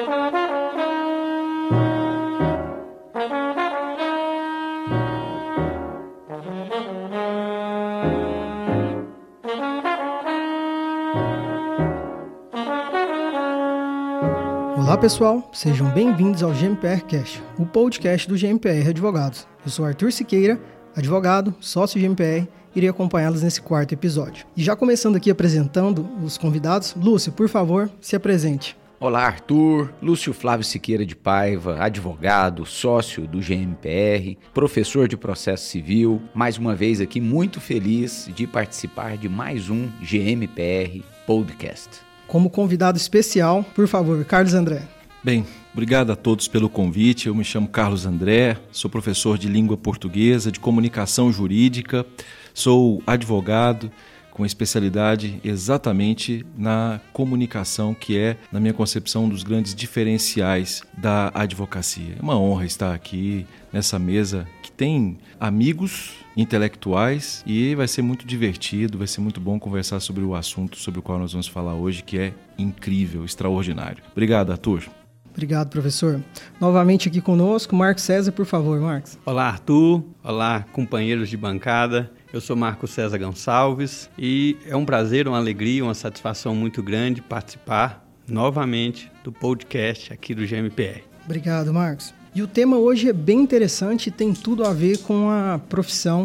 Olá pessoal, sejam bem-vindos ao GMPR Cast, o podcast do GMPR Advogados. Eu sou Arthur Siqueira, advogado, sócio GMPR, irei acompanhá-los nesse quarto episódio. E já começando aqui apresentando os convidados, Lúcio, por favor, se apresente. Olá Arthur, Lúcio Flávio Siqueira de Paiva, advogado, sócio do GMPR, professor de processo civil, mais uma vez aqui muito feliz de participar de mais um GMPR Podcast. Como convidado especial, por favor, Carlos André. Bem, obrigado a todos pelo convite. Eu me chamo Carlos André, sou professor de língua portuguesa, de comunicação jurídica, sou advogado com especialidade exatamente na comunicação, que é, na minha concepção, um dos grandes diferenciais da advocacia. É uma honra estar aqui nessa mesa que tem amigos intelectuais e vai ser muito divertido, vai ser muito bom conversar sobre o assunto sobre o qual nós vamos falar hoje, que é incrível, extraordinário. Obrigado, Arthur. Obrigado, professor. Novamente aqui conosco, Marcos César, por favor, Marcos. Olá, Arthur. Olá, companheiros de bancada. Eu sou Marcos César Gonçalves e é um prazer, uma alegria, uma satisfação muito grande participar novamente do podcast aqui do GMPR. Obrigado, Marcos. E o tema hoje é bem interessante e tem tudo a ver com a profissão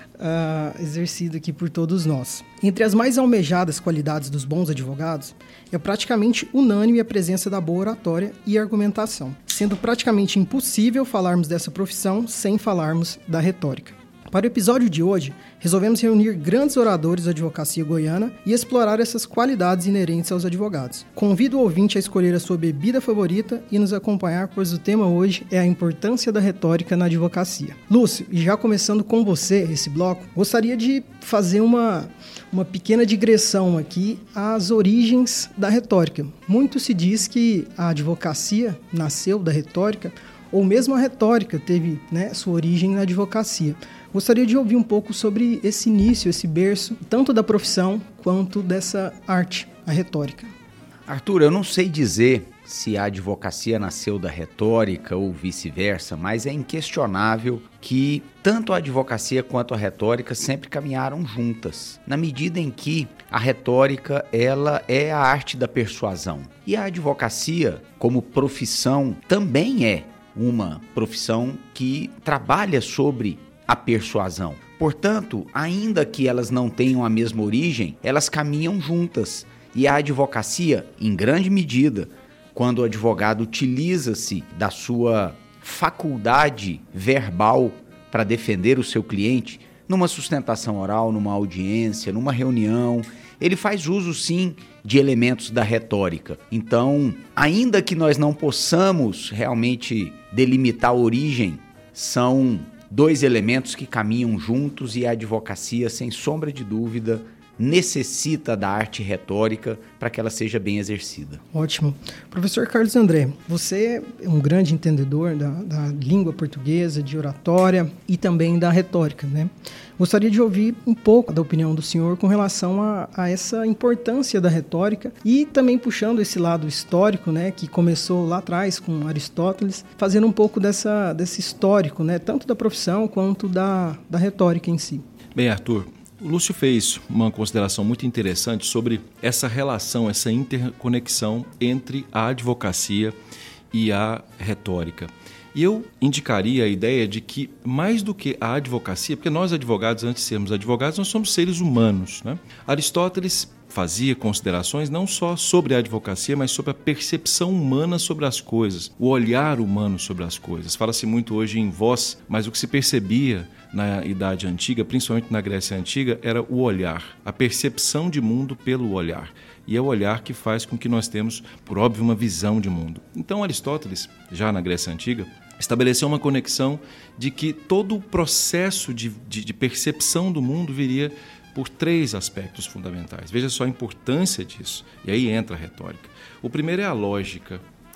exercida aqui por todos nós. Entre as mais almejadas qualidades dos bons advogados, é praticamente unânime a presença da boa oratória e argumentação, sendo praticamente impossível falarmos dessa profissão sem falarmos da retórica. Para o episódio de hoje, resolvemos reunir grandes oradores da advocacia goiana e explorar essas qualidades inerentes aos advogados. Convido o ouvinte a escolher a sua bebida favorita e nos acompanhar, pois o tema hoje é a importância da retórica na advocacia. Lúcio, e já começando com você esse bloco, gostaria de fazer uma pequena digressão aqui às origens da retórica. Muito se diz que a advocacia nasceu da retórica, ou mesmo a retórica teve, sua origem na advocacia. Gostaria de ouvir um pouco sobre esse início, esse berço, tanto da profissão quanto dessa arte, a retórica. Arthur, eu não sei dizer se a advocacia nasceu da retórica ou vice-versa, mas é inquestionável que tanto a advocacia quanto a retórica sempre caminharam juntas, na medida em que a retórica ela é a arte da persuasão. E a advocacia, como profissão, também é uma profissão que trabalha sobre a persuasão. Portanto, ainda que elas não tenham a mesma origem, elas caminham juntas. E a advocacia, em grande medida, quando o advogado utiliza-se da sua faculdade verbal para defender o seu cliente, numa sustentação oral, numa audiência, numa reunião, ele faz uso, sim, de elementos da retórica. Então, ainda que nós não possamos realmente delimitar a origem, são dois elementos que caminham juntos e a advocacia, sem sombra de dúvida, necessita da arte retórica para que ela seja bem exercida. Ótimo. Professor Carlos André, você é um grande entendedor da língua portuguesa, de oratória e também da retórica, né? Gostaria de ouvir um pouco da opinião do senhor com relação a essa importância da retórica e também puxando esse lado histórico, né, que começou lá atrás com Aristóteles, fazendo um pouco desse histórico, né, tanto da profissão quanto da retórica em si. Bem, Arthur, o Lúcio fez uma consideração muito interessante sobre essa relação, essa interconexão entre a advocacia e a retórica. E eu indicaria a ideia de que, mais do que a advocacia, porque nós advogados, antes de sermos advogados, nós somos seres humanos, né? Aristóteles fazia considerações não só sobre a advocacia, mas sobre a percepção humana sobre as coisas, o olhar humano sobre as coisas. Fala-se muito hoje em voz, mas o que se percebia na Idade Antiga, principalmente na Grécia Antiga, era o olhar, a percepção de mundo pelo olhar. E é o olhar que faz com que nós temos, por óbvio, uma visão de mundo. Então Aristóteles, já na Grécia Antiga, estabeleceu uma conexão de que todo o processo de percepção do mundo viria por três aspectos fundamentais. Veja só a importância disso. E aí entra a retórica. O primeiro é a lógica.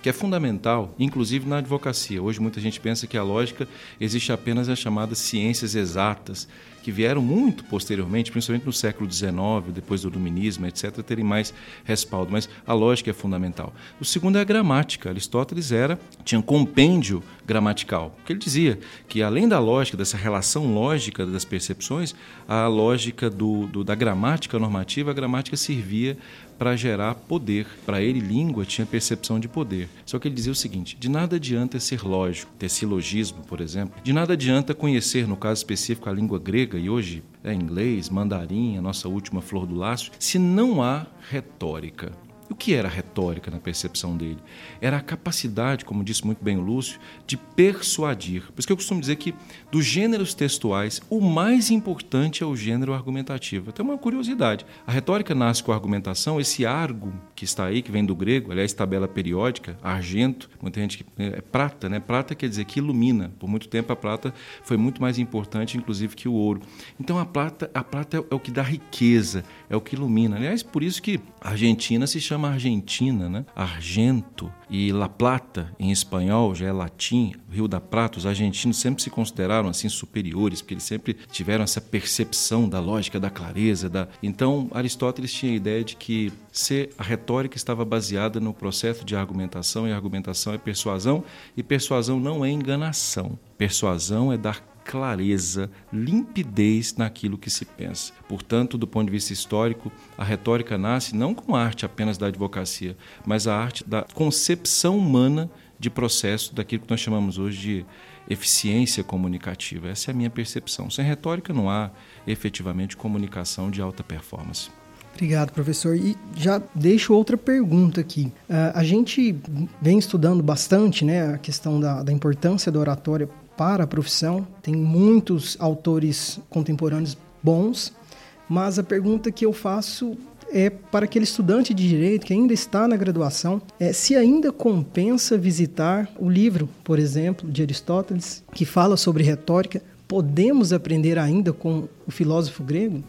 que é fundamental, inclusive na advocacia. Hoje muita gente pensa que a lógica existe apenas as chamadas ciências exatas, que vieram muito posteriormente, principalmente no século XIX, depois do iluminismo, etc., terem mais respaldo, mas a lógica é fundamental. O segundo é a gramática. Aristóteles tinha um compêndio gramatical, porque ele dizia que, além da lógica, dessa relação lógica das percepções, a lógica da gramática normativa, a gramática servia para gerar poder. Para ele, língua tinha percepção de poder. Só que ele dizia o seguinte: de nada adianta ser lógico, ter silogismo, por exemplo. De nada adianta conhecer, no caso específico, a língua grega, e hoje é inglês, mandarim, a nossa última flor do lácio, se não há retórica. O que era retórica na percepção dele? Era a capacidade, como disse muito bem o Lúcio, de persuadir. Por isso que eu costumo dizer que, dos gêneros textuais, o mais importante é o gênero argumentativo. Tem uma curiosidade. A retórica nasce com a argumentação, esse argo que está aí, que vem do grego, aliás, tabela periódica, argento, muita gente que é prata, né? Prata quer dizer que ilumina. Por muito tempo a prata foi muito mais importante, inclusive, que o ouro. Então a prata é o que dá riqueza, é o que ilumina. Aliás, por isso que a Argentina se chama Argentina, né? Argento, e La Plata em espanhol já é latim, Rio da Prata. Os argentinos sempre se consideraram assim superiores, porque eles sempre tiveram essa percepção da lógica, da clareza. Então Aristóteles tinha a ideia de que a retórica estava baseada no processo de argumentação, e argumentação é persuasão, e persuasão não é enganação. Persuasão é dar clareza, limpidez naquilo que se pensa. Portanto, do ponto de vista histórico, a retórica nasce não com a arte apenas da advocacia, mas a arte da concepção humana de processo, daquilo que nós chamamos hoje de eficiência comunicativa. Essa é a minha percepção. Sem retórica não há efetivamente comunicação de alta performance. Obrigado, professor. E já deixo outra pergunta aqui. A gente vem estudando bastante, né, a questão da importância da oratória para a profissão. Tem muitos autores contemporâneos bons, mas a pergunta que eu faço é para aquele estudante de direito que ainda está na graduação, se ainda compensa visitar o livro, por exemplo, de Aristóteles, que fala sobre retórica. Podemos aprender ainda com o filósofo grego?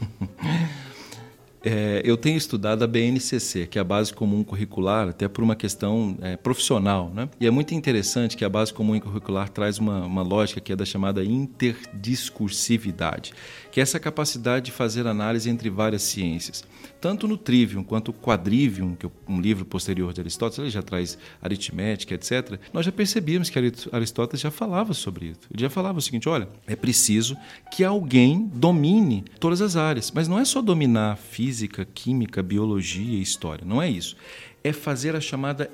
Eu tenho estudado a BNCC, que é a Base Comum Curricular, até por uma questão profissional, né? E é muito interessante que a Base Comum Curricular traz uma lógica que é da chamada interdiscursividade, que é essa capacidade de fazer análise entre várias ciências. Tanto no Trivium quanto o Quadrivium, que é um livro posterior de Aristóteles, ele já traz aritmética, etc. Nós já percebíamos que Aristóteles já falava sobre isso. Ele já falava o seguinte: olha, é preciso que alguém domine todas as áreas, mas não é só dominar física, química, biologia e história, não é isso. É fazer a chamada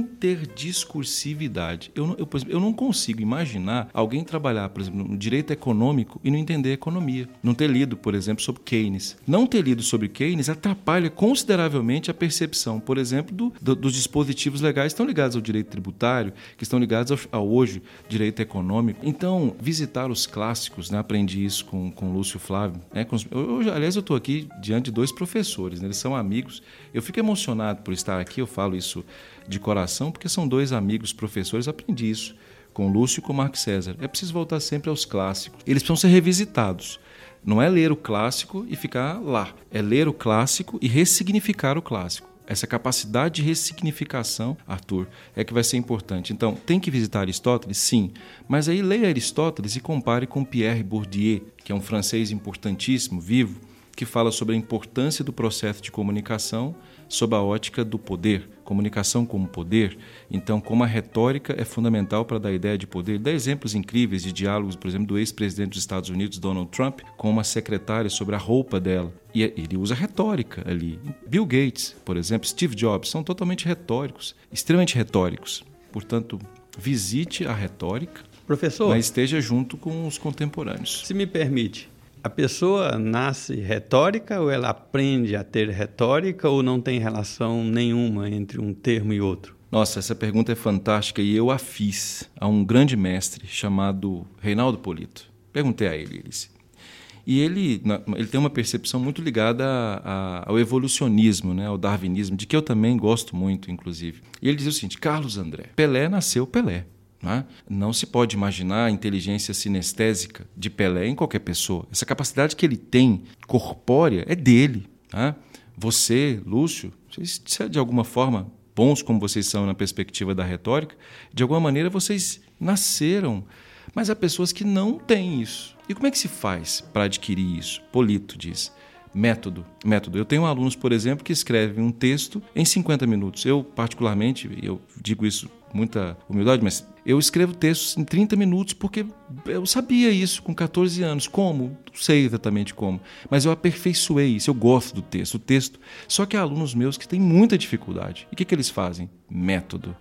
interdiscursividade. Por exemplo, eu não consigo imaginar alguém trabalhar, por exemplo, no direito econômico e não entender economia. Não ter lido, por exemplo, sobre Keynes. Não ter lido sobre Keynes atrapalha consideravelmente a percepção, por exemplo, dos dispositivos legais que estão ligados ao direito tributário, que estão ligados ao hoje direito econômico. Então, visitar os clássicos, né? Aprendi isso com Lúcio Flávio. Né? Aliás, eu estou aqui diante de dois professores, né? Eles são amigos. Eu fico emocionado por estar aqui. Eu falo isso de coração porque são dois amigos professores. Aprendi isso com Lúcio e com Marco César. É preciso voltar sempre aos clássicos. Eles precisam ser revisitados. Não é ler o clássico e ficar lá. É ler o clássico e ressignificar o clássico. Essa capacidade de ressignificação, Arthur, é que vai ser importante. Então, tem que visitar Aristóteles? Sim. Mas aí leia Aristóteles e compare com Pierre Bourdieu, que é um francês importantíssimo, vivo, que fala sobre a importância do processo de comunicação sob a ótica do poder, comunicação como poder. Então, como a retórica é fundamental para dar ideia de poder. Dá exemplos incríveis de diálogos, por exemplo, do ex-presidente dos Estados Unidos, Donald Trump, com uma secretária sobre a roupa dela. E ele usa retórica ali. Bill Gates, por exemplo, Steve Jobs, são totalmente retóricos, extremamente retóricos. Portanto, visite a retórica, professor, mas esteja junto com os contemporâneos. Se me permite, a pessoa nasce retórica ou ela aprende a ter retórica ou não tem relação nenhuma entre um termo e outro? Nossa, essa pergunta é fantástica e eu a fiz a um grande mestre chamado Reinaldo Polito. Perguntei a ele isso. E ele tem uma percepção muito ligada ao evolucionismo, né, ao darwinismo, de que eu também gosto muito, inclusive. E ele dizia o seguinte: Carlos André, Pelé nasceu Pelé. Não se pode imaginar a inteligência sinestésica de Pelé em qualquer pessoa. Essa capacidade que ele tem, corpórea, é dele. Você, Lúcio, você de alguma forma bons como vocês são na perspectiva da retórica, de alguma maneira vocês nasceram, mas há pessoas que não têm isso. E como é que se faz para adquirir isso? Polito diz: método. Eu tenho alunos, por exemplo, que escrevem um texto em 50 minutos. Eu, particularmente, eu digo isso com muita humildade, mas eu escrevo textos em 30 minutos porque eu sabia isso com 14 anos. Como? Não sei exatamente como, mas eu aperfeiçoei isso, eu gosto do texto. Só que há alunos meus que têm muita dificuldade. E o que eles fazem? Método.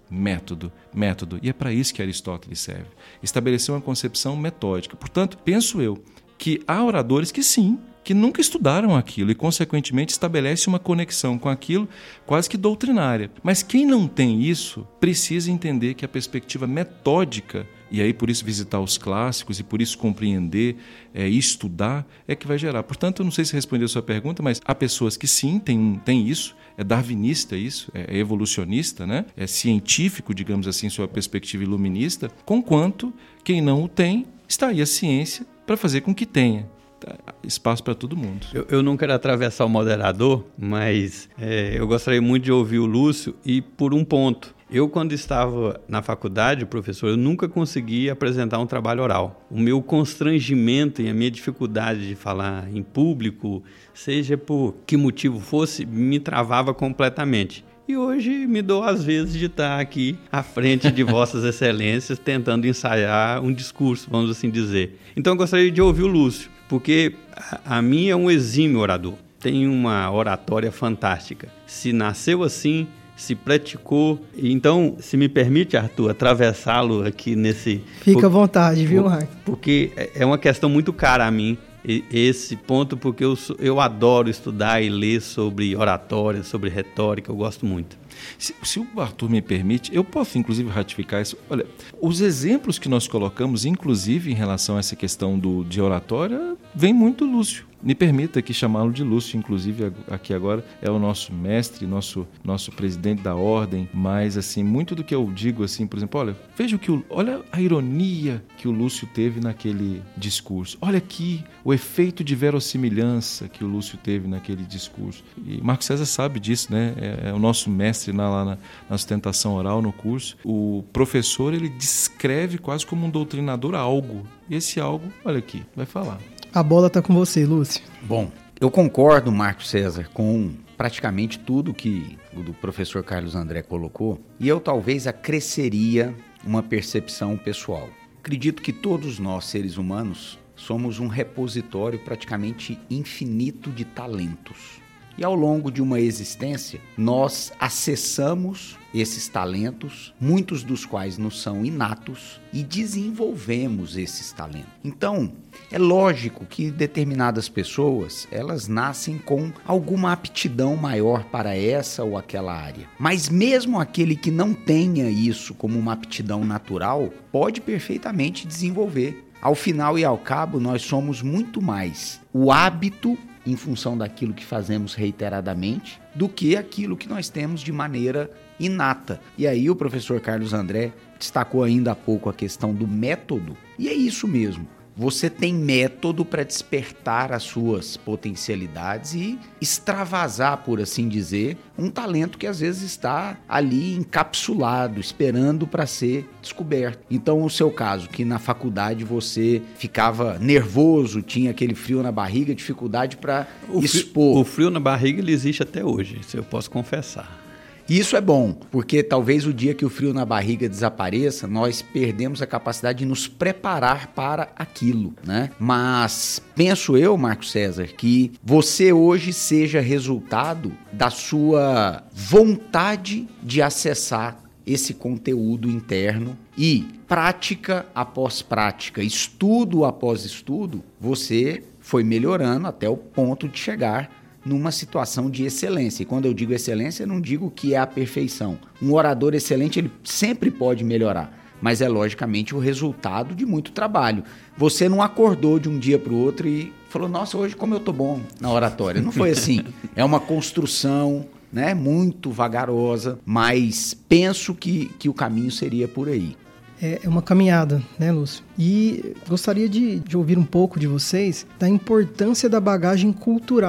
E é para isso que Aristóteles serve. Estabeleceu uma concepção metódica. Portanto, penso eu que há oradores que sim, que nunca estudaram aquilo e, consequentemente, estabelece uma conexão com aquilo quase que doutrinária. Mas quem não tem isso precisa entender que a perspectiva metódica, e aí por isso visitar os clássicos e por isso compreender e estudar, é que vai gerar. Portanto, eu não sei se respondeu a sua pergunta, mas há pessoas que sim, têm isso, é darwinista isso, é evolucionista, né? É científico, digamos assim, sua perspectiva iluminista, conquanto quem não o tem, está aí a ciência para fazer com que tenha. Espaço para todo mundo. Eu não quero atravessar o moderador, mas eu gostaria muito de ouvir o Lúcio e por um ponto. Eu, quando estava na faculdade, professor, eu nunca consegui apresentar um trabalho oral. O meu constrangimento e a minha dificuldade de falar em público, seja por que motivo fosse, me travava completamente. E hoje me dou às vezes de estar aqui à frente de vossas excelências tentando ensaiar um discurso, vamos assim dizer. Então eu gostaria de ouvir o Lúcio, porque a mim é um exímio orador. Tem uma oratória fantástica. Se nasceu assim, se praticou. Então, se me permite, Arthur, atravessá-lo aqui nesse... Fica à vontade, viu, Marco? Porque é uma questão muito cara a mim, esse ponto, porque eu adoro estudar e ler sobre oratória, sobre retórica, eu gosto muito. Se o Arthur me permite, eu posso inclusive ratificar isso. Olha, os exemplos que nós colocamos, inclusive em relação a essa questão de oratória, vem muito do Lúcio. Me permita aqui chamá-lo de Lúcio, inclusive aqui agora é o nosso mestre, nosso presidente da ordem, mas assim, muito do que eu digo assim, por exemplo, olha a ironia que o Lúcio teve naquele discurso. Olha aqui o efeito de verossimilhança que o Lúcio teve naquele discurso. E Marco César sabe disso, né? É o nosso mestre lá na sustentação oral no curso. O professor, ele descreve quase como um doutrinador algo. E esse algo, olha aqui, vai falar. A bola está com você, Lúcio. Bom, eu concordo, Marco César, com praticamente tudo que o do professor Carlos André colocou, e eu talvez acresceria uma percepção pessoal. Acredito que todos nós, seres humanos, somos um repositório praticamente infinito de talentos. E ao longo de uma existência, nós acessamos esses talentos, muitos dos quais nos são inatos, e desenvolvemos esses talentos. Então, é lógico que determinadas pessoas, elas nascem com alguma aptidão maior para essa ou aquela área. Mas mesmo aquele que não tenha isso como uma aptidão natural, pode perfeitamente desenvolver. Ao final e ao cabo, nós somos muito mais o hábito em função daquilo que fazemos reiteradamente, do que aquilo que nós temos de maneira inata. E aí o professor Carlos André destacou ainda há pouco a questão do método, e é isso mesmo. Você tem método para despertar as suas potencialidades e extravasar, por assim dizer, um talento que às vezes está ali encapsulado, esperando para ser descoberto. Então, o seu caso, que na faculdade você ficava nervoso, tinha aquele frio na barriga, dificuldade para expor. O frio na barriga ele existe até hoje, isso eu posso confessar. Isso é bom, porque talvez o dia que o frio na barriga desapareça, nós perdemos a capacidade de nos preparar para aquilo, né? Mas penso eu, Marco César, que você hoje seja resultado da sua vontade de acessar esse conteúdo interno e prática após prática, estudo após estudo, você foi melhorando até o ponto de chegar numa situação de excelência. E quando eu digo excelência, eu não digo que é a perfeição. Um orador excelente, ele sempre pode melhorar, mas é logicamente o resultado de muito trabalho. Você não acordou de um dia para o outro e falou, nossa, hoje como eu tô bom na oratória. Não foi assim. É uma construção, né, muito vagarosa, mas penso que o caminho seria por aí. É uma caminhada, né, Lúcio? E gostaria de ouvir um pouco de vocês da importância da bagagem cultural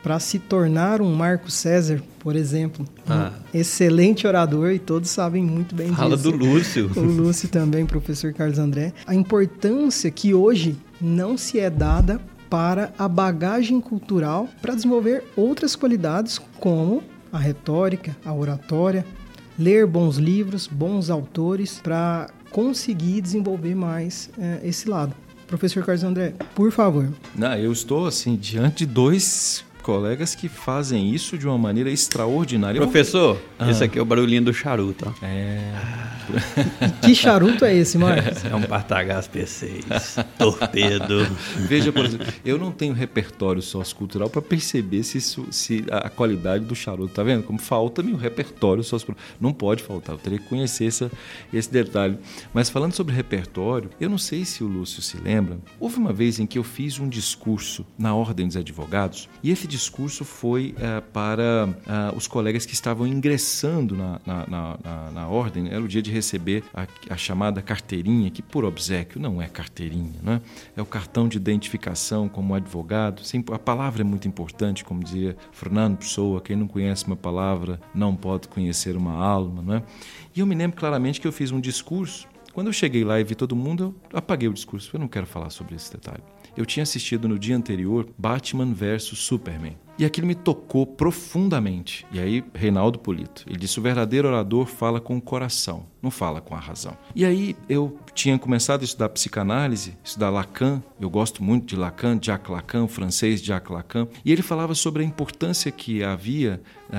para se tornar um Marco César, por exemplo, um excelente orador, e todos sabem muito bem disso. Fala do Lúcio. O Lúcio também, professor Carlos André. A importância que hoje não se é dada para a bagagem cultural para desenvolver outras qualidades como a retórica, a oratória, ler bons livros, bons autores, para conseguir desenvolver mais esse lado. Professor Carlos André, por favor. Eu estou assim diante de dois colegas que fazem isso de uma maneira extraordinária. Professor, esse aqui é o barulhinho do charuto. Ó. E que charuto é esse, Marcos? É um Partagás P6, torpedo. Veja, por exemplo, eu não tenho repertório sociocultural para perceber se a qualidade do charuto, tá vendo? Como falta-me o repertório sociocultural. Não pode faltar, eu teria que conhecer esse detalhe. Mas falando sobre repertório, eu não sei se o Lúcio se lembra, houve uma vez em que eu fiz um discurso na Ordem dos Advogados, e esse discurso foi para os colegas que estavam ingressando na Ordem. Era o dia de receber a chamada carteirinha, que por obséquio não é carteirinha, né? É o cartão de identificação como advogado. A palavra é muito importante, como dizia Fernando Pessoa, quem não conhece uma palavra não pode conhecer uma alma, né? E eu me lembro claramente que eu fiz um discurso. Quando eu cheguei lá e vi todo mundo, eu apaguei o discurso. Eu não quero falar sobre esse detalhe. Eu tinha assistido no dia anterior Batman vs Superman. E aquilo me tocou profundamente. E aí, Reinaldo Polito, ele disse: o verdadeiro orador fala com o coração, não fala com a razão. E aí eu tinha começado a estudar psicanálise, estudar Lacan. Eu gosto muito de Lacan, Jacques Lacan, o francês Jacques Lacan. E ele falava sobre a importância que havia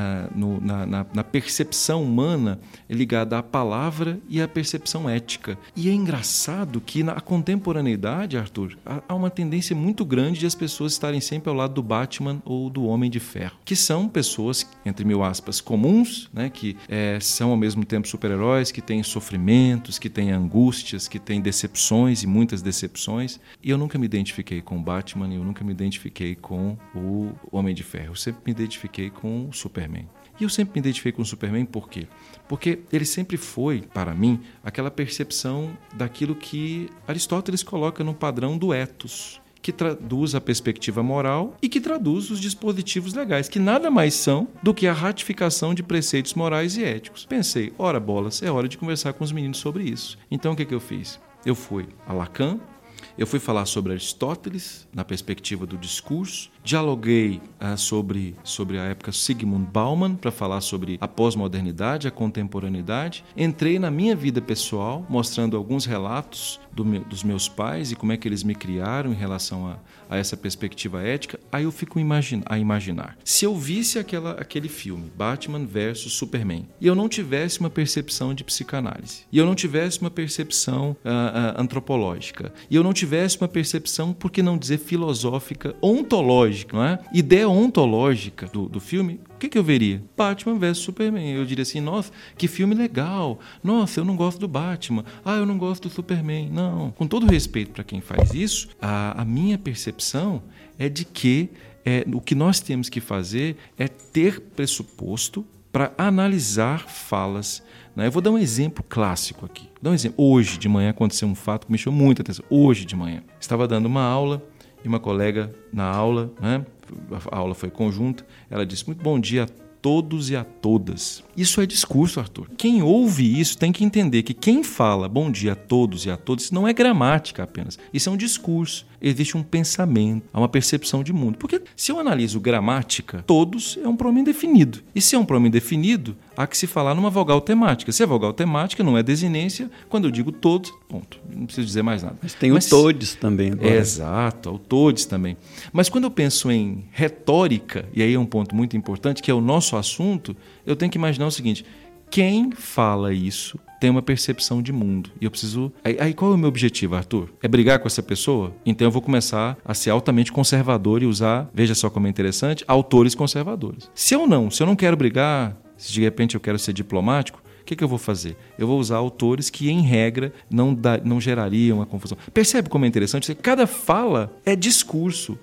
na percepção humana ligada à palavra e à percepção ética. E é engraçado que na contemporaneidade, Arthur, há uma tendência muito grande de as pessoas estarem sempre ao lado do Batman ou do Homem de Ferro, que são pessoas, entre mil aspas, comuns, né, que são ao mesmo tempo super-heróis, que têm sofrimentos, que têm angústias, que têm decepções e muitas decepções. E eu nunca me identifiquei com o Batman, eu nunca me identifiquei com o Homem de Ferro. Eu sempre me identifiquei com o Superman. E eu sempre me identifiquei com o Superman por quê? Porque ele sempre foi, para mim, aquela percepção daquilo que Aristóteles coloca no padrão do ethos, que traduz a perspectiva moral e que traduz os dispositivos legais, que nada mais são do que a ratificação de preceitos morais e éticos. Pensei, ora bolas, é hora de conversar com os meninos sobre isso. Então o que eu fiz? Eu fui a Lacan, eu fui falar sobre Aristóteles, na perspectiva do discurso, dialoguei sobre a época Zygmunt Bauman, para falar sobre a pós-modernidade, a contemporaneidade. Entrei na minha vida pessoal, mostrando alguns relatos dos meus pais e como é que eles me criaram em relação a essa perspectiva ética. Aí eu fico a imaginar. Se eu visse aquele filme, Batman vs Superman, e eu não tivesse uma percepção de psicanálise, e eu não tivesse uma percepção antropológica, e eu não tivesse uma percepção, por que não dizer filosófica, ontológica, não é? Ideia ontológica do filme, o que eu veria? Batman vs Superman. Eu diria assim, nossa, que filme legal. Nossa, eu não gosto do Batman. Eu não gosto do Superman. Não. Com todo respeito para quem faz isso, a minha percepção é de que o que nós temos que fazer é ter pressuposto para analisar falas. Eu vou dar um exemplo clássico aqui. Hoje de manhã aconteceu um fato que me chamou muita atenção. Hoje de manhã. Estava dando uma aula e uma colega na aula, né? A aula foi conjunta, ela disse: muito bom dia a todos e a todas. Isso é discurso, Arthur. Quem ouve isso tem que entender que quem fala bom dia a todos e a todas, isso não é gramática apenas. Isso é um discurso. Existe um pensamento, há uma percepção de mundo. Porque se eu analiso gramática, todos é um pronome indefinido. E se é um pronome indefinido, há que se falar numa vogal temática. Se a vogal temática não é desinência, quando eu digo todos, ponto. Não preciso dizer mais nada. Mas tem o todes também agora. Exato, o todes também. Mas quando eu penso em retórica, e aí é um ponto muito importante, que é o nosso assunto, eu tenho que imaginar o seguinte: quem fala isso tem uma percepção de mundo. E eu preciso... Aí qual é o meu objetivo, Arthur? É brigar com essa pessoa? Então eu vou começar a ser altamente conservador e usar, veja só como é interessante, autores conservadores. Se eu não quero brigar, se de repente eu quero ser diplomático, o que eu vou fazer? Eu vou usar autores que, em regra, não gerariam a confusão. Percebe como é interessante? Cada fala é discurso.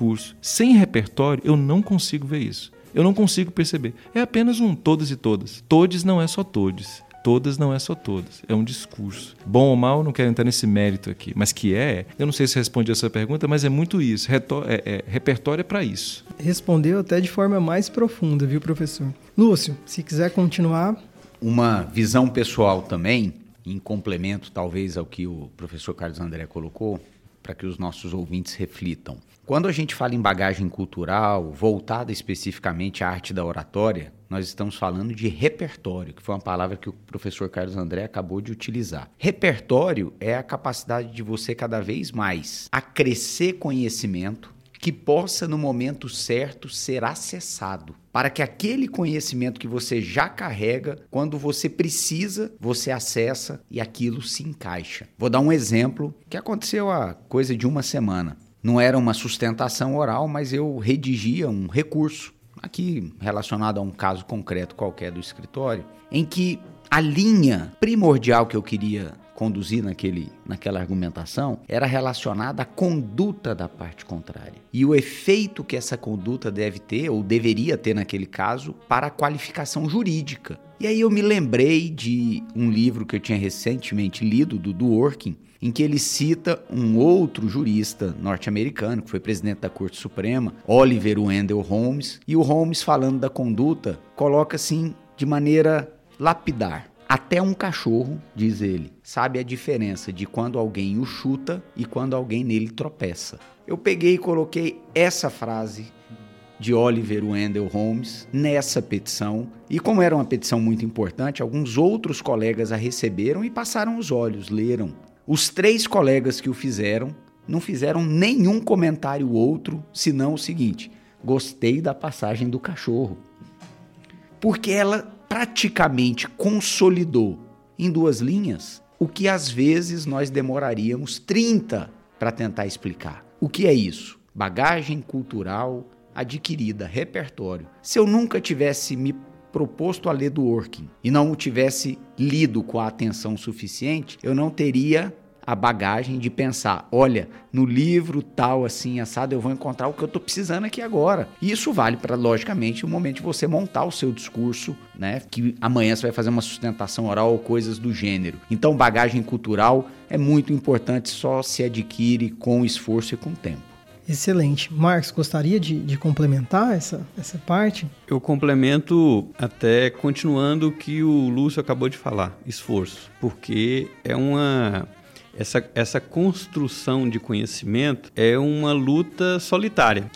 Sem repertório, eu não consigo ver isso. Eu não consigo perceber. É apenas um todas e todas. Todes não é só todes. Todas não é só todas, é um discurso. Bom ou mal, não quero entrar nesse mérito aqui, mas eu não sei se respondi essa pergunta, mas é muito isso, repertório é para isso. Respondeu até de forma mais profunda, viu, professor? Lúcio, se quiser continuar. Uma visão pessoal também, em complemento talvez ao que o professor Carlos André colocou, para que os nossos ouvintes reflitam. Quando a gente fala em bagagem cultural, voltada especificamente à arte da oratória, nós estamos falando de repertório, que foi uma palavra que o professor Carlos André acabou de utilizar. Repertório é a capacidade de você cada vez mais acrescer conhecimento que possa, no momento certo, ser acessado, para que aquele conhecimento que você já carrega, quando você precisa, você acessa e aquilo se encaixa. Vou dar um exemplo que aconteceu há coisa de uma semana. Não era uma sustentação oral, mas eu redigia um recurso, aqui relacionado a um caso concreto qualquer do escritório, em que a linha primordial que eu queria conduzir naquela argumentação era relacionada à conduta da parte contrária. E o efeito que essa conduta deve ter, ou deveria ter naquele caso, para a qualificação jurídica. E aí eu me lembrei de um livro que eu tinha recentemente lido, do Dworkin, em que ele cita um outro jurista norte-americano, que foi presidente da Corte Suprema, Oliver Wendell Holmes, e o Holmes, falando da conduta, coloca assim, de maneira lapidar: até um cachorro, diz ele, sabe a diferença de quando alguém o chuta e quando alguém nele tropeça. Eu peguei e coloquei essa frase de Oliver Wendell Holmes nessa petição, e como era uma petição muito importante, alguns outros colegas a receberam e passaram os olhos, leram. Os 3 colegas que o fizeram não fizeram nenhum comentário outro, senão o seguinte: gostei da passagem do cachorro. Porque ela praticamente consolidou em 2 linhas o que às vezes nós demoraríamos 30 para tentar explicar. O que é isso? Bagagem cultural adquirida, repertório. Se eu nunca tivesse me proposto a ler Dworkin e não o tivesse lido com a atenção suficiente, eu não teria a bagagem de pensar, olha, no livro tal, assim, assado, eu vou encontrar o que eu estou precisando aqui agora. E isso vale para, logicamente, o momento de você montar o seu discurso, né? Que amanhã você vai fazer uma sustentação oral ou coisas do gênero. Então, bagagem cultural é muito importante, só se adquire com esforço e com tempo. Excelente. Marcos, gostaria de complementar essa parte? Eu complemento até continuando o que o Lúcio acabou de falar, esforço, porque essa construção de conhecimento é uma luta solitária.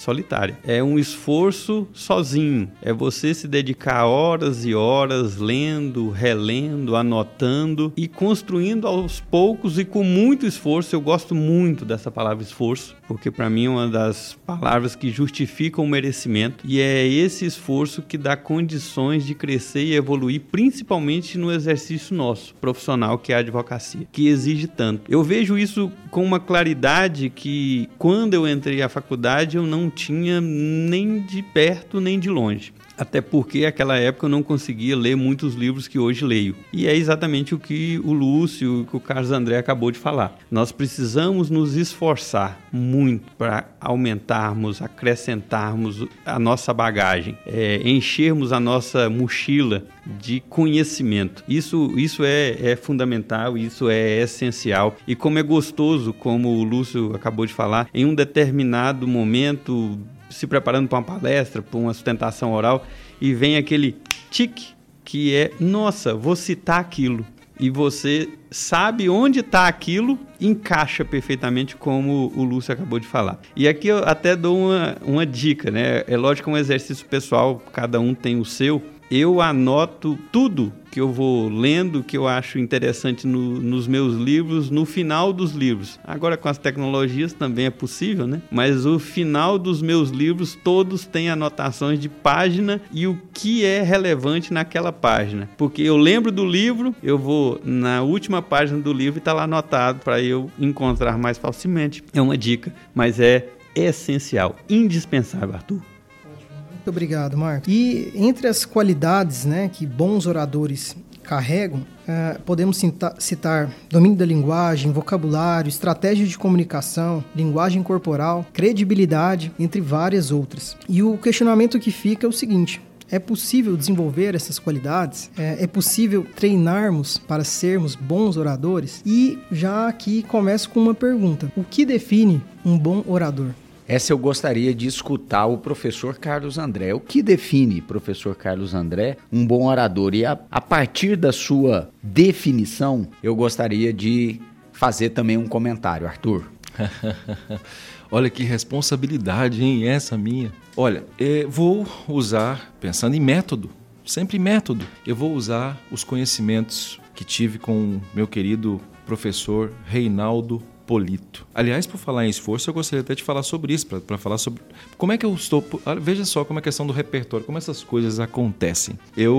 É um esforço sozinho. É você se dedicar horas e horas lendo, relendo, anotando e construindo aos poucos e com muito esforço. Eu gosto muito dessa palavra esforço, porque para mim é uma das palavras que justificam o merecimento, e é esse esforço que dá condições de crescer e evoluir, principalmente no exercício nosso, profissional, que é a advocacia, que exige tanto. Eu vejo isso com uma claridade que, quando eu entrei à faculdade, eu não tinha nem de perto nem de longe. Até porque, naquela época, eu não conseguia ler muitos livros que hoje leio. E é exatamente o que o Lúcio, que o Carlos André acabou de falar. Nós precisamos nos esforçar muito para aumentarmos, acrescentarmos a nossa bagagem, enchermos a nossa mochila de conhecimento. Isso é fundamental, isso é essencial. E como é gostoso, como o Lúcio acabou de falar, em um determinado momento, se preparando para uma palestra, para uma sustentação oral, e vem aquele tique que é, nossa, vou citar aquilo. E você sabe onde está aquilo, encaixa perfeitamente, como o Lúcio acabou de falar. E aqui eu até dou uma dica, né? É lógico que é um exercício pessoal, cada um tem o seu. Eu anoto tudo que eu vou lendo, que eu acho interessante nos meus livros, no final dos livros. Agora, com as tecnologias também é possível, né? Mas o final dos meus livros, todos têm anotações de página e o que é relevante naquela página. Porque eu lembro do livro, eu vou na última página do livro e está lá anotado para eu encontrar mais facilmente. É uma dica, mas é essencial, indispensável, Arthur. Muito obrigado, Marcos. E entre as qualidades, né, que bons oradores carregam, podemos citar domínio da linguagem, vocabulário, estratégia de comunicação, linguagem corporal, credibilidade, entre várias outras. E o questionamento que fica é o seguinte: É possível desenvolver essas qualidades? É possível treinarmos para sermos bons oradores? E já aqui começo com uma pergunta. O que define um bom orador? Essa eu gostaria de escutar o professor Carlos André. O que define, professor Carlos André, um bom orador? E a partir da sua definição, eu gostaria de fazer também um comentário, Arthur. Olha que responsabilidade, hein? Essa minha. Olha, vou usar, pensando em método, sempre método, eu vou usar os conhecimentos que tive com meu querido professor Reinaldo Polito. Aliás, por falar em esforço, eu gostaria até de falar sobre isso, para falar sobre como é que eu estou... Veja só como é a questão do repertório, como essas coisas acontecem.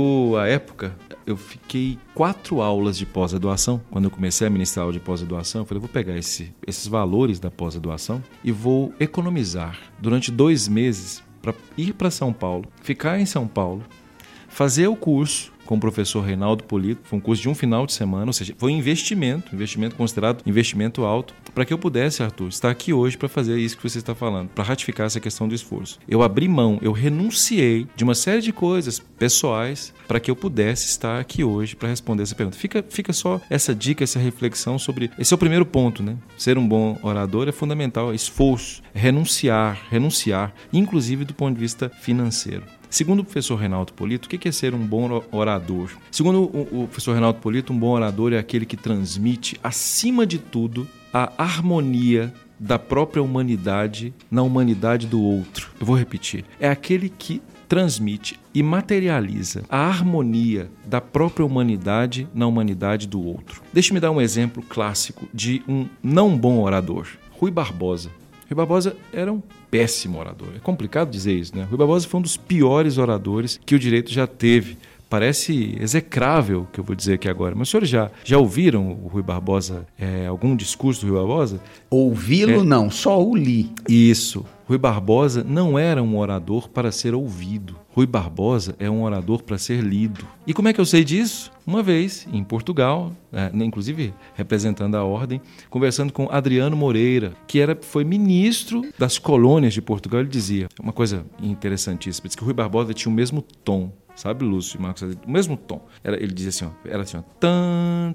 À época, eu fiquei 4 aulas de pós-graduação. Quando eu comecei a ministrar aula de pós-graduação, eu falei, vou pegar esses valores da pós-graduação e vou economizar durante 2 meses para ir para São Paulo, ficar em São Paulo, fazer o curso com o professor Reinaldo Polito, foi um curso de um final de semana, ou seja, foi investimento considerado investimento alto, para que eu pudesse, Arthur, estar aqui hoje para fazer isso que você está falando, para ratificar essa questão do esforço. Eu abri mão, eu renunciei de uma série de coisas pessoais para que eu pudesse estar aqui hoje para responder essa pergunta. Fica só essa dica, essa reflexão sobre... Esse é o primeiro ponto, né? Ser um bom orador é fundamental, é esforço, é renunciar, inclusive do ponto de vista financeiro. Segundo o professor Reinaldo Polito, o que é ser um bom orador? Segundo o professor Reinaldo Polito, um bom orador é aquele que transmite, acima de tudo, a harmonia da própria humanidade na humanidade do outro. Eu vou repetir. É aquele que transmite e materializa a harmonia da própria humanidade na humanidade do outro. Deixe-me dar um exemplo clássico de um não bom orador. Rui Barbosa. Rui Barbosa era um péssimo orador. É complicado dizer isso, né? Rui Barbosa foi um dos piores oradores que o direito já teve. Parece execrável o que eu vou dizer aqui agora. Mas os senhores já ouviram o Rui Barbosa, algum discurso do Rui Barbosa? Ouvi-lo não, só o li. Isso. Rui Barbosa não era um orador para ser ouvido. Rui Barbosa é um orador para ser lido. E como é que eu sei disso? Uma vez, em Portugal, inclusive representando a ordem, conversando com Adriano Moreira, que foi ministro das colônias de Portugal, ele dizia uma coisa interessantíssima, diz que o Rui Barbosa tinha o mesmo tom. Sabe, Lúcio e Marcos? O mesmo tom. Ele dizia assim, era assim, tan,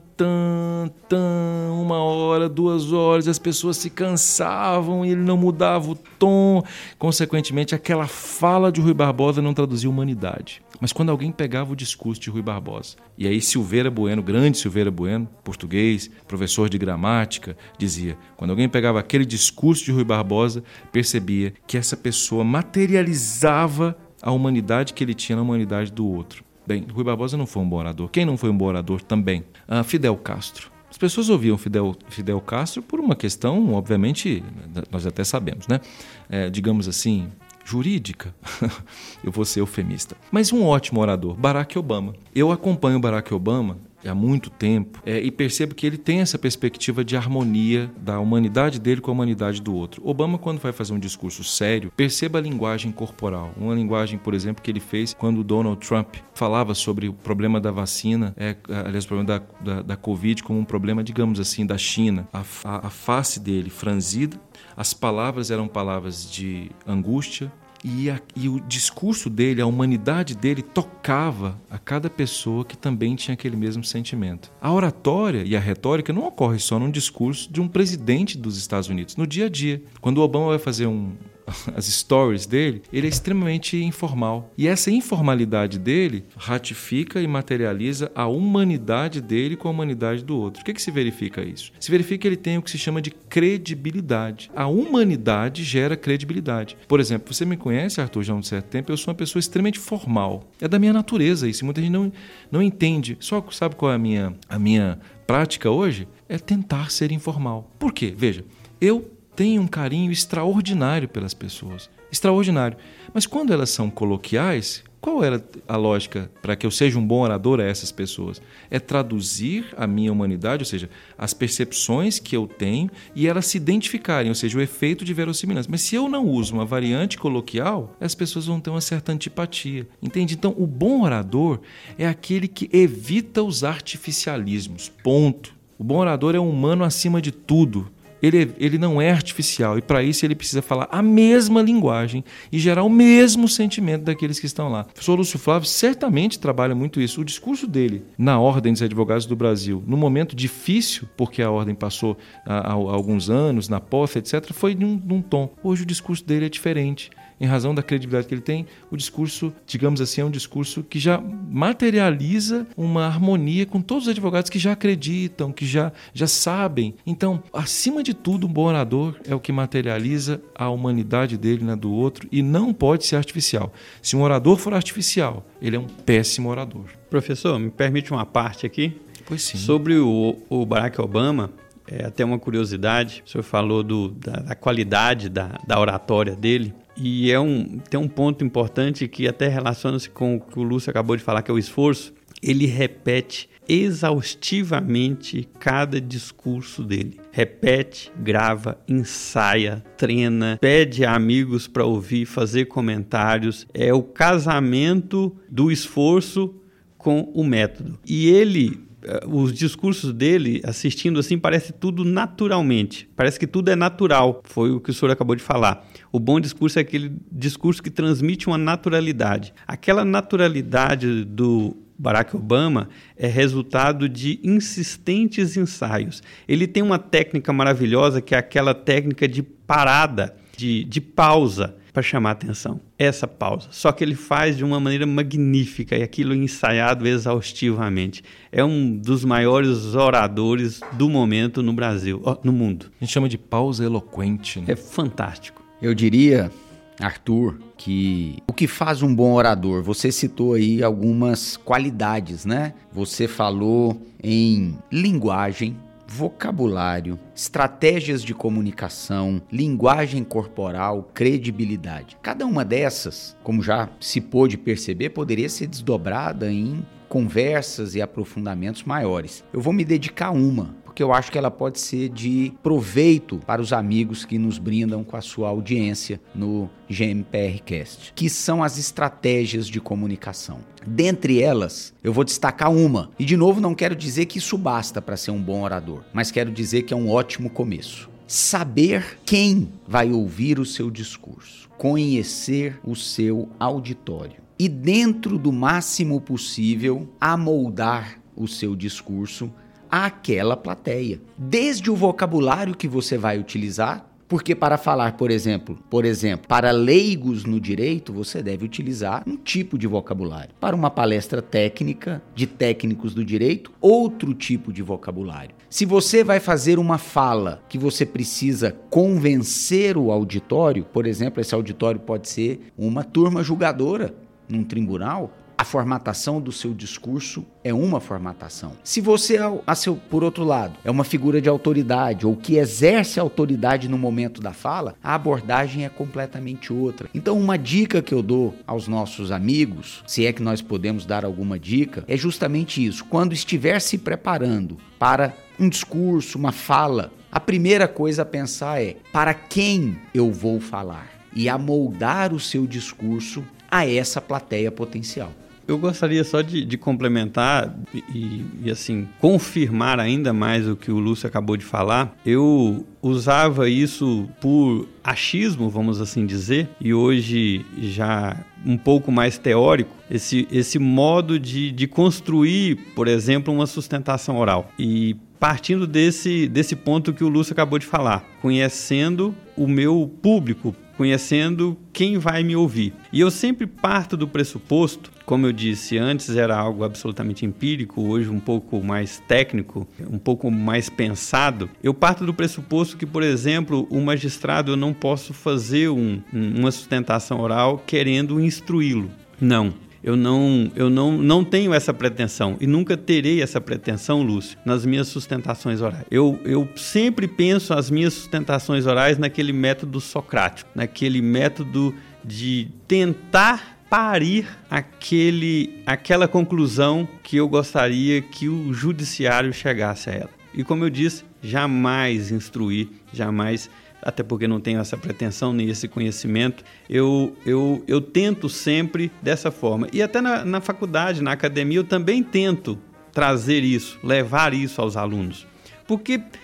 1 hora, 2 horas, as pessoas se cansavam e ele não mudava o tom. Consequentemente, aquela fala de Rui Barbosa não traduzia humanidade. Mas quando alguém pegava o discurso de Rui Barbosa, e aí Silveira Bueno, grande Silveira Bueno, português, professor de gramática, dizia, quando alguém pegava aquele discurso de Rui Barbosa, percebia que essa pessoa materializava a humanidade que ele tinha na humanidade do outro. Bem, Rui Barbosa não foi um bom orador. Quem não foi um bom orador também? Fidel Castro. As pessoas ouviam Fidel Castro por uma questão, obviamente, nós até sabemos, né? Digamos assim, jurídica. Eu vou ser eufemista. Mas um ótimo orador, Barack Obama. Eu acompanho Barack Obama há muito tempo e percebo que ele tem essa perspectiva de harmonia da humanidade dele com a humanidade do outro. Obama, quando vai fazer um discurso sério, perceba a linguagem corporal. Uma linguagem, por exemplo, que ele fez quando o Donald Trump falava sobre o problema da vacina, aliás, o problema da Covid como um problema, digamos assim, da China. A face dele franzida, as palavras eram palavras de angústia, e o discurso dele, a humanidade dele tocava a cada pessoa que também tinha aquele mesmo sentimento. A oratória e a retórica não ocorre só num discurso de um presidente dos Estados Unidos, no dia a dia. Quando o Obama vai fazer as stories dele, ele é extremamente informal. E essa informalidade dele ratifica e materializa a humanidade dele com a humanidade do outro. O que se verifica isso? Se verifica que ele tem o que se chama de credibilidade. A humanidade gera credibilidade. Por exemplo, você me conhece, Arthur, já há um certo tempo, eu sou uma pessoa extremamente formal. É da minha natureza isso. Muita gente não entende. Só sabe qual é a minha prática hoje? É tentar ser informal. Por quê? Veja, eu tenho um carinho extraordinário pelas pessoas. Extraordinário. Mas quando elas são coloquiais, qual era a lógica para que eu seja um bom orador a essas pessoas? É traduzir a minha humanidade, ou seja, as percepções que eu tenho e elas se identificarem, ou seja, o efeito de verossimilhança. Mas se eu não uso uma variante coloquial, as pessoas vão ter uma certa antipatia. Entende? Então, o bom orador é aquele que evita os artificialismos. Ponto. O bom orador é um humano acima de tudo. ele não é artificial, e para isso ele precisa falar a mesma linguagem e gerar o mesmo sentimento daqueles que estão lá. O professor Lúcio Flávio certamente trabalha muito isso. O discurso dele na Ordem dos Advogados do Brasil, no momento difícil, porque a Ordem passou há alguns anos, na posse, etc., foi num tom. Hoje o discurso dele é diferente. Em razão da credibilidade que ele tem, o discurso, digamos assim, é um discurso que já materializa uma harmonia com todos os advogados que já acreditam, que já sabem. Então, acima de tudo, um bom orador é o que materializa a humanidade dele na do outro e não pode ser artificial. Se um orador for artificial, ele é um péssimo orador. Professor, me permite uma parte aqui? Pois sim. Sobre o Barack Obama, até uma curiosidade, o senhor falou da qualidade da oratória dele. E tem um ponto importante que até relaciona-se com o que o Lúcio acabou de falar, que é o esforço. Ele repete exaustivamente cada discurso dele. Repete, grava, ensaia, treina, pede a amigos para ouvir, fazer comentários. É o casamento do esforço com o método. E os discursos dele, assistindo assim, parece tudo naturalmente. Parece que tudo é natural. Foi o que o senhor acabou de falar. O bom discurso é aquele discurso que transmite uma naturalidade. Aquela naturalidade do Barack Obama é resultado de insistentes ensaios. Ele tem uma técnica maravilhosa, que é aquela técnica de parada, de pausa, para chamar a atenção. Essa pausa. Só que ele faz de uma maneira magnífica e aquilo ensaiado exaustivamente. É um dos maiores oradores do momento no Brasil, no mundo. A gente chama de pausa eloquente, né? É fantástico. Eu diria, Arthur, que o que faz um bom orador, você citou aí algumas qualidades, né? Você falou em linguagem, vocabulário, estratégias de comunicação, linguagem corporal, credibilidade. Cada uma dessas, como já se pôde perceber, poderia ser desdobrada em conversas e aprofundamentos maiores. Eu vou me dedicar a uma, porque eu acho que ela pode ser de proveito para os amigos que nos brindam com a sua audiência no GMPRcast, que são as estratégias de comunicação. Dentre elas, eu vou destacar uma. E, de novo, não quero dizer que isso basta para ser um bom orador, mas quero dizer que é um ótimo começo. Saber quem vai ouvir o seu discurso, conhecer o seu auditório e, dentro do máximo possível, amoldar o seu discurso àquela plateia. Desde o vocabulário que você vai utilizar, porque para falar, por exemplo, para leigos no direito, você deve utilizar um tipo de vocabulário. Para uma palestra técnica de técnicos do direito, outro tipo de vocabulário. Se você vai fazer uma fala que você precisa convencer o auditório, por exemplo, esse auditório pode ser uma turma julgadora num tribunal, a formatação do seu discurso é uma formatação. Se você, por outro lado, é uma figura de autoridade ou que exerce autoridade no momento da fala, a abordagem é completamente outra. Então, uma dica que eu dou aos nossos amigos, se é que nós podemos dar alguma dica, é justamente isso. Quando estiver se preparando para um discurso, uma fala, a primeira coisa a pensar é: para quem eu vou falar? E amoldar o seu discurso a essa plateia potencial. Eu gostaria só de complementar e assim, confirmar ainda mais o que o Lúcio acabou de falar. Eu usava isso por achismo, vamos assim dizer, e hoje já um pouco mais teórico, esse modo de construir, por exemplo, uma sustentação oral. E partindo desse ponto que o Lúcio acabou de falar, conhecendo o meu público, conhecendo quem vai me ouvir. E eu sempre parto do pressuposto, como eu disse antes, era algo absolutamente empírico, hoje um pouco mais técnico, um pouco mais pensado. Eu parto do pressuposto que, por exemplo, o magistrado, eu não posso fazer uma sustentação oral querendo instruí-lo. Não. Eu não tenho essa pretensão e nunca terei essa pretensão, Lúcio, nas minhas sustentações orais. Eu sempre penso as minhas sustentações orais naquele método socrático, naquele método de tentar parir aquela conclusão que eu gostaria que o judiciário chegasse a ela. E como eu disse, jamais instruir, jamais, até porque não tenho essa pretensão nem esse conhecimento, eu tento sempre dessa forma. E até na faculdade, na academia, eu também tento trazer isso, levar isso aos alunos. Porque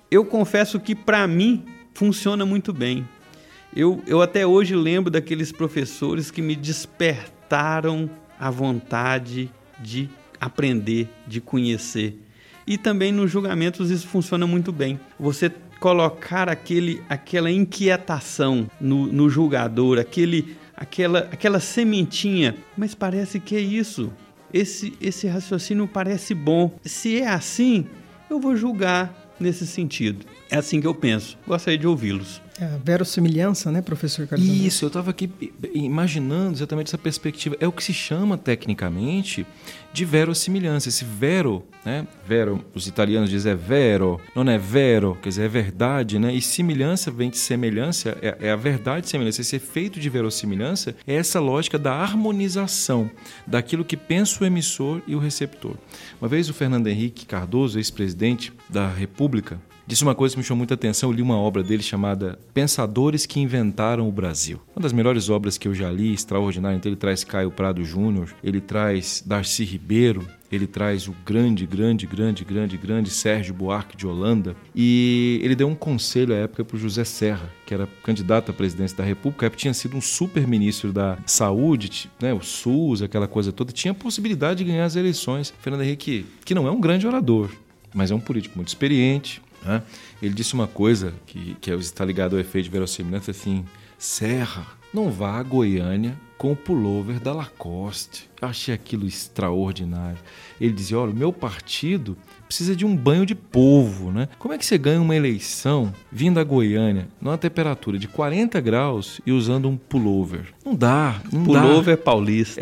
Eu confesso que, para mim, funciona muito bem. Eu até hoje lembro daqueles professores que me despertaram a vontade de aprender, de conhecer. E também nos julgamentos isso funciona muito bem. Você colocar aquela inquietação no julgador, aquela sementinha. Mas parece que é isso. Esse raciocínio parece bom. Se é assim, eu vou julgar nesse sentido. É assim que eu penso. Gostaria de ouvi-los. Verossimilhança, né, professor Carlos André? Isso, eu estava aqui imaginando exatamente essa perspectiva. É o que se chama tecnicamente de verossimilhança. Esse vero, né? Vero, os italianos dizem é vero, não é vero, quer dizer, é verdade, né? E semelhança vem de semelhança, é a verdade de semelhança. Esse efeito de verossimilhança é essa lógica da harmonização daquilo que pensa o emissor e o receptor. Uma vez o Fernando Henrique Cardoso, ex-presidente da República, disse uma coisa que me chamou muita atenção. Eu li uma obra dele chamada Pensadores que Inventaram o Brasil. Uma das melhores obras que eu já li, extraordinária. Então ele traz Caio Prado Júnior, ele traz Darcy Ribeiro, ele traz o grande Sérgio Buarque de Holanda. E ele deu um conselho à época para o José Serra, que era candidato à presidência da República, à época tinha sido um super ministro da Saúde, né, o SUS, aquela coisa toda, tinha a possibilidade de ganhar as eleições. Fernando Henrique, que não é um grande orador, mas é um político muito experiente, né? Ele disse uma coisa que está ligado ao efeito de verossimilhança, assim: Serra, não vá a Goiânia com o pullover da Lacoste. Eu achei aquilo extraordinário. Ele dizia: olha, o meu partido precisa de um banho de polvo, né? Como é que você ganha uma eleição vindo a Goiânia numa temperatura de 40 graus e usando um pullover? Não dá. Pullover paulista.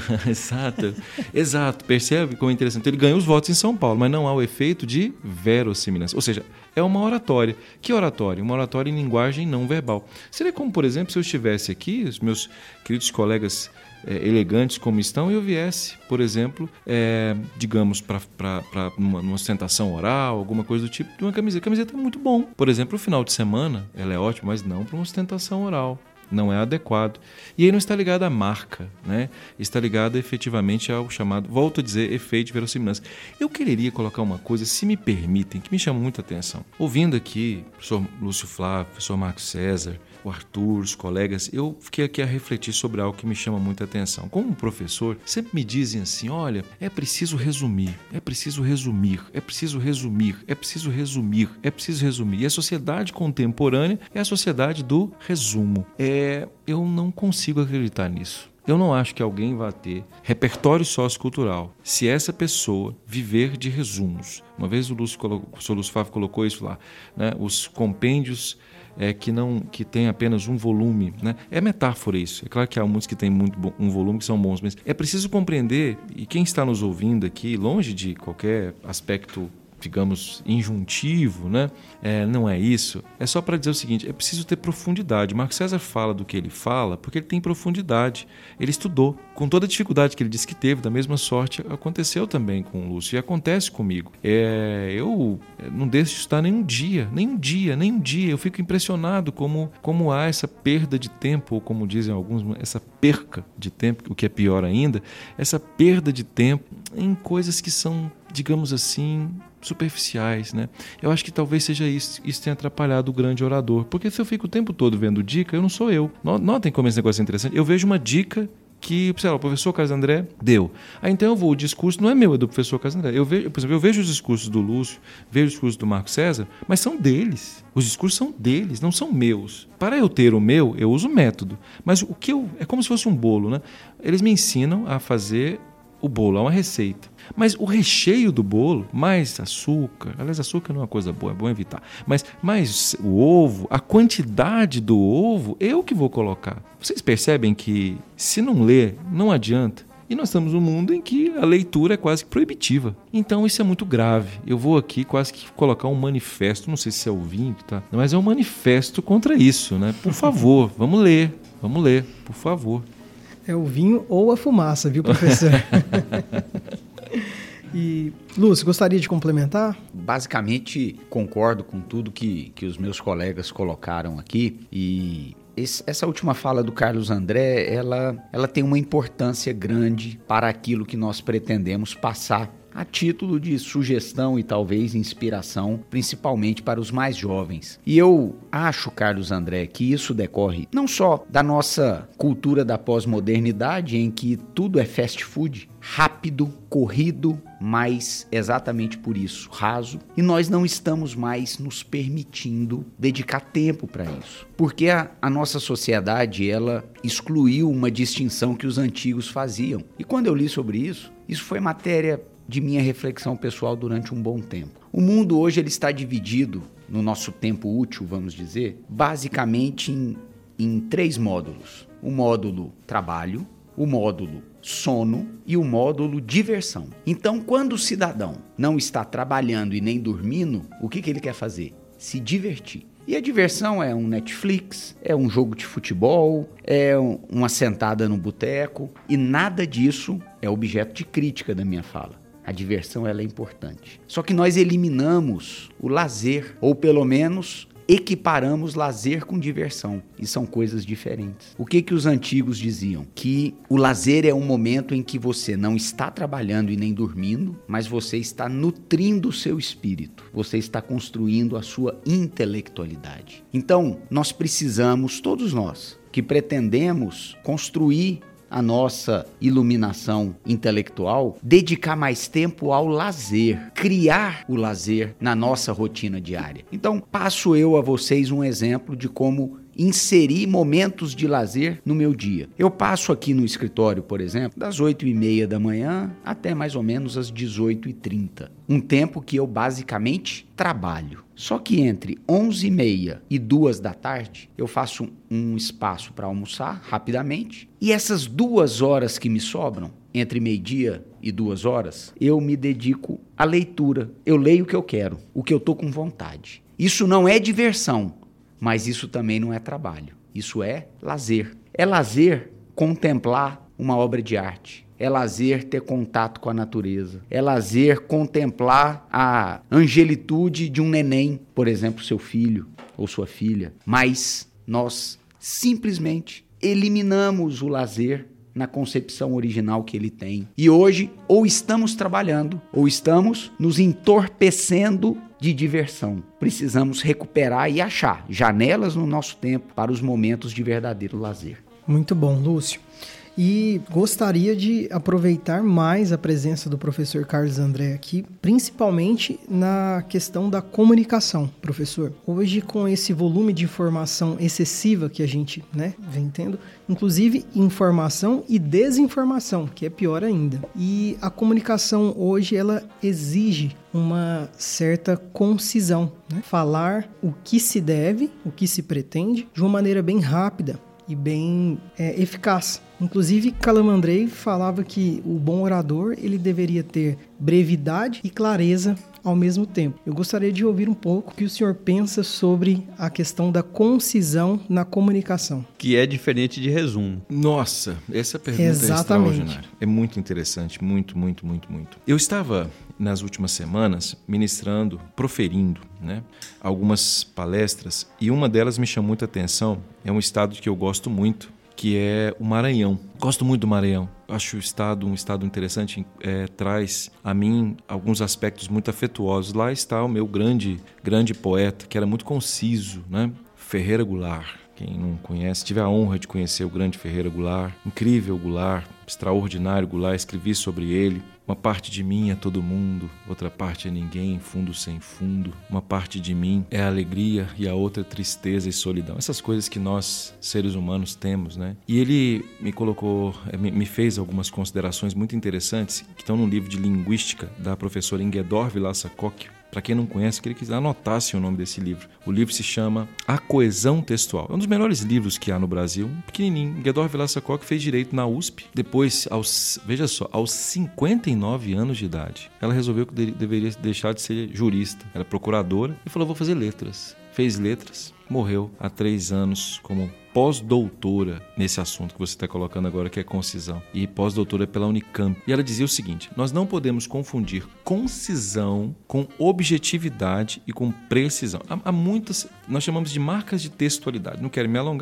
Exato. Percebe como é interessante? Ele ganha os votos em São Paulo, mas não há o efeito de verossimilhança. Ou seja, é uma oratória. Que oratória? Uma oratória em linguagem não verbal. Seria como, por exemplo, se eu estivesse aqui, os meus queridos colegas elegantes como estão, e eu viesse, por exemplo, digamos, para uma ostentação oral, alguma coisa do tipo, de uma camiseta. A camiseta é muito bom. Por exemplo, o final de semana, ela é ótima, mas não para uma ostentação oral. Não é adequado. E aí não está ligado à marca, né? Está ligado efetivamente ao chamado, volto a dizer, efeito de verossimilhança. Eu quereria colocar uma coisa, se me permitem, que me chama muita atenção. Ouvindo aqui o professor Lúcio Flávio, o professor Marco César, o Arthur, os colegas, eu fiquei aqui a refletir sobre algo que me chama muita atenção. Como professor, sempre me dizem assim: olha, é preciso resumir, é preciso resumir, é preciso resumir, é preciso resumir, é preciso resumir. E a sociedade contemporânea é a sociedade do resumo. Eu não consigo acreditar nisso. Eu não acho que alguém vá ter repertório sociocultural se essa pessoa viver de resumos. Uma vez o professor Lúcio Flávio colocou isso lá, né? Os compêndios que tem apenas um volume, né? É metáfora isso. É claro que há muitos que têm um volume que são bons, mas é preciso compreender, e quem está nos ouvindo aqui, longe de qualquer aspecto, digamos, injuntivo, né? Não é isso. É só para dizer o seguinte: é preciso ter profundidade. Marco César fala do que ele fala porque ele tem profundidade. Ele estudou. Com toda a dificuldade que ele disse que teve, da mesma sorte aconteceu também com o Lúcio e acontece comigo. Eu não deixo de estudar nem um dia. Eu fico impressionado como há essa perda de tempo, ou como dizem alguns, essa perca de tempo, o que é pior ainda, essa perda de tempo em coisas que são, digamos assim, superficiais, né? Eu acho que talvez seja isso tenha atrapalhado o grande orador, porque se eu fico o tempo todo vendo dica, eu não sou eu. Notem como esse negócio é interessante. Eu vejo uma dica que, sei lá, o professor Carlos André deu. Então o discurso não é meu, é do professor Carlos André. Por exemplo, eu vejo os discursos do Lúcio, vejo os discursos do Marco César, mas são deles. Os discursos são deles, não são meus. Para eu ter o meu, eu uso o método. Mas o que é como se fosse um bolo, né? Eles me ensinam a fazer o bolo, é uma receita. Mas o recheio do bolo, mais açúcar, aliás, açúcar não é uma coisa boa, é bom evitar, mas mais o ovo, a quantidade do ovo, eu que vou colocar. Vocês percebem que se não ler, não adianta. E nós estamos num mundo em que a leitura é quase que proibitiva. Então isso é muito grave. Eu vou aqui quase que colocar um manifesto, não sei se é ouvinte, tá? Mas é um manifesto contra isso, né? Por favor, vamos ler, por favor. É o vinho ou a fumaça, viu, professor? E, Lúcio, gostaria de complementar? Basicamente, concordo com tudo que os meus colegas colocaram aqui. E essa última fala do Carlos André, ela tem uma importância grande para aquilo que nós pretendemos passar a título de sugestão e talvez inspiração, principalmente para os mais jovens. E eu acho, Carlos André, que isso decorre não só da nossa cultura da pós-modernidade, em que tudo é fast food, rápido, corrido, mas exatamente por isso, raso. E nós não estamos mais nos permitindo dedicar tempo para isso. Porque a nossa sociedade, ela excluiu uma distinção que os antigos faziam. E quando eu li sobre isso foi matéria de minha reflexão pessoal durante um bom tempo. O mundo hoje ele está dividido, no nosso tempo útil, vamos dizer, basicamente em 3 módulos. O módulo trabalho, o módulo sono e o módulo diversão. Então, quando o cidadão não está trabalhando e nem dormindo, o que ele quer fazer? Se divertir. E a diversão é um Netflix, é um jogo de futebol, é uma sentada no boteco, e nada disso é objeto de crítica da minha fala. A diversão ela é importante. Só que nós eliminamos o lazer, ou pelo menos equiparamos lazer com diversão, e são coisas diferentes. O que os antigos diziam? Que o lazer é um momento em que você não está trabalhando e nem dormindo, mas você está nutrindo o seu espírito, você está construindo a sua intelectualidade. Então, nós precisamos, todos nós, que pretendemos construir a nossa iluminação intelectual, dedicar mais tempo ao lazer, criar o lazer na nossa rotina diária. Então, passo eu a vocês um exemplo de como inserir momentos de lazer no meu dia. Eu passo aqui no escritório, por exemplo, das 8h30 da manhã até mais ou menos as 18h30. Um tempo que eu basicamente trabalho. Só que entre 11h30 e 2 da tarde, eu faço um espaço para almoçar rapidamente. E essas 2 horas que me sobram, entre meio-dia e 2 horas, eu me dedico à leitura. Eu leio o que eu quero, o que eu estou com vontade. Isso não é diversão, mas isso também não é trabalho. Isso é lazer. É lazer contemplar uma obra de arte. É lazer ter contato com a natureza. É lazer contemplar a angelitude de um neném, por exemplo, seu filho ou sua filha. Mas nós simplesmente eliminamos o lazer na concepção original que ele tem. E hoje, ou estamos trabalhando, ou estamos nos entorpecendo de diversão. Precisamos recuperar e achar janelas no nosso tempo para os momentos de verdadeiro lazer. Muito bom, Lúcio. E gostaria de aproveitar mais a presença do professor Carlos André aqui, principalmente na questão da comunicação, professor. Hoje, com esse volume de informação excessiva que a gente vem tendo, inclusive informação e desinformação, que é pior ainda. E a comunicação hoje, ela exige uma certa concisão, falar o que se deve, o que se pretende, de uma maneira bem rápida e bem eficaz. Inclusive, Calamandrei falava que o bom orador ele deveria ter brevidade e clareza ao mesmo tempo. Eu gostaria de ouvir um pouco o que o senhor pensa sobre a questão da concisão na comunicação. Que é diferente de resumo. Nossa, essa pergunta é extraordinária. É muito interessante, muito. Eu estava, nas últimas semanas, proferindo algumas palestras, e uma delas me chamou muita atenção. É um estado que eu gosto muito, que é o Maranhão. Gosto muito do Maranhão. Acho o estado um estado interessante, traz a mim alguns aspectos muito afetuosos. Lá está o meu grande poeta, que era muito conciso, Ferreira Goulart. Quem não conhece, tive a honra de conhecer o grande Ferreira Goulart, incrível Goulart, extraordinário Goulart, escrevi sobre ele. Uma parte de mim é todo mundo, outra parte é ninguém, fundo sem fundo. Uma parte de mim é alegria e a outra é tristeza e solidão. Essas coisas que nós, seres humanos, temos, E ele me fez algumas considerações muito interessantes que estão no livro de linguística da professora Ingeborg Vilaça-Koch. Para quem não conhece, queria que anotasse o nome desse livro. O livro se chama A Coesão Textual. É um dos melhores livros que há no Brasil, pequenininho. Ingeborg Vilaça-Koch fez direito na USP. Depois, aos 59 anos de idade, ela resolveu que deveria deixar de ser jurista. Era procuradora e falou, vou fazer letras. Fez letras, morreu há 3 anos como pós-doutora nesse assunto que você está colocando agora, que é concisão. E pós-doutora pela Unicamp. E ela dizia o seguinte, nós não podemos confundir concisão com objetividade e com precisão. Há muitas, nós chamamos de marcas de textualidade. Não quero me alongar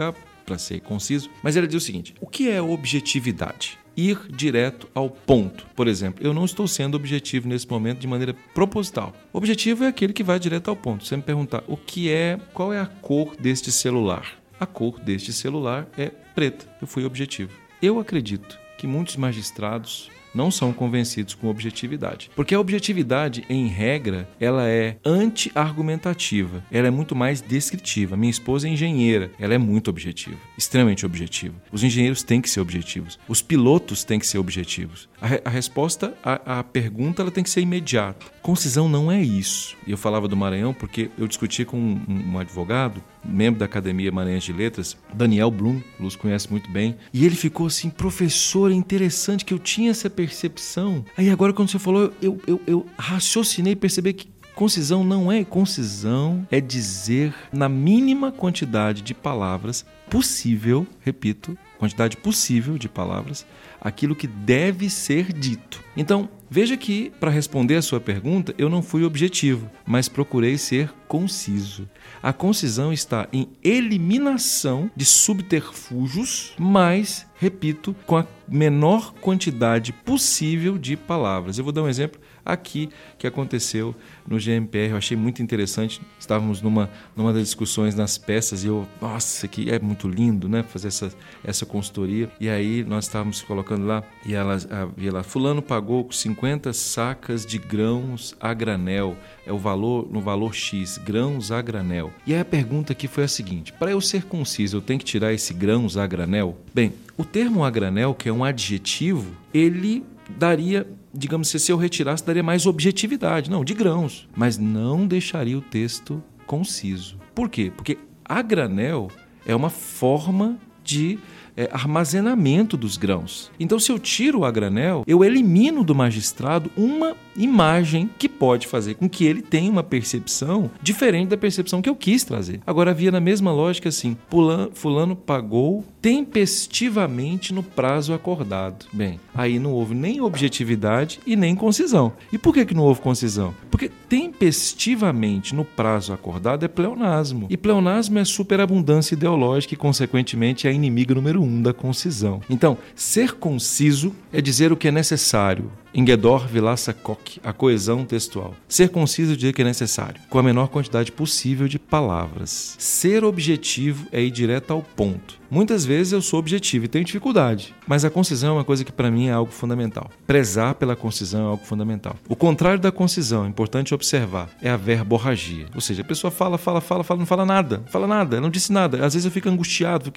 para ser conciso, mas ele diz o seguinte: o que é objetividade? Ir direto ao ponto. Por exemplo, eu não estou sendo objetivo nesse momento de maneira proposital. O objetivo é aquele que vai direto ao ponto. Se você me perguntar qual é a cor deste celular? A cor deste celular é preta. Eu fui objetivo. Eu acredito que muitos magistrados não são convencidos com objetividade. Porque a objetividade, em regra, ela é anti-argumentativa. Ela é muito mais descritiva. Minha esposa é engenheira. Ela é muito objetiva. Extremamente objetiva. Os engenheiros têm que ser objetivos. Os pilotos têm que ser objetivos. A resposta à pergunta ela tem que ser imediata. Concisão não é isso. E eu falava do Maranhão porque eu discuti com um advogado, membro da Academia Maranhense de Letras, Daniel Blum, o Lúcio conhece muito bem, e ele ficou assim: professor, é interessante que eu tinha essa percepção. Aí agora quando você falou, eu raciocinei e percebi que concisão não é. Concisão é dizer na mínima quantidade de palavras possível, repito, quantidade possível de palavras, aquilo que deve ser dito. Então, veja que, para responder a sua pergunta, eu não fui objetivo, mas procurei ser conciso. A concisão está em eliminação de subterfúgios, mas, repito, com a menor quantidade possível de palavras. Eu vou dar um exemplo aqui que aconteceu no GMPR, eu achei muito interessante. Estávamos numa das discussões nas peças e nossa, que é muito lindo, né, fazer essa consultoria. E aí nós estávamos colocando lá e ela fulano pagou 50 sacas de grãos a granel, é o valor no valor X, grãos a granel. E aí a pergunta aqui foi a seguinte: para eu ser conciso, eu tenho que tirar esse grãos a granel? Bem, o termo a granel, que é um adjetivo, ele daria, digamos, se eu retirasse, daria mais objetividade, não, de grãos, mas não deixaria o texto conciso. Por quê? Porque a granel é uma forma de armazenamento dos grãos. Então, se eu tiro a granel, eu elimino do magistrado uma imagem que pode fazer com que ele tenha uma percepção diferente da percepção que eu quis trazer. Agora, havia na mesma lógica assim: fulano pagou tempestivamente no prazo acordado. Bem, aí não houve nem objetividade e nem concisão. E por que não houve concisão? Porque tempestivamente no prazo acordado é pleonasmo. E pleonasmo é superabundância ideológica e, consequentemente, é a inimiga número 1 da concisão. Então, ser conciso é dizer o que é necessário. Ingedor Vilaça Koch, a coesão textual. Ser conciso é dizer que é necessário, com a menor quantidade possível de palavras. Ser objetivo é ir direto ao ponto. Muitas vezes eu sou objetivo e tenho dificuldade, mas a concisão é uma coisa que para mim é algo fundamental. Prezar pela concisão é algo fundamental. O contrário da concisão, é importante observar, é a verborragia. Ou seja, a pessoa fala, não fala nada, não disse nada. Às vezes eu fico angustiado,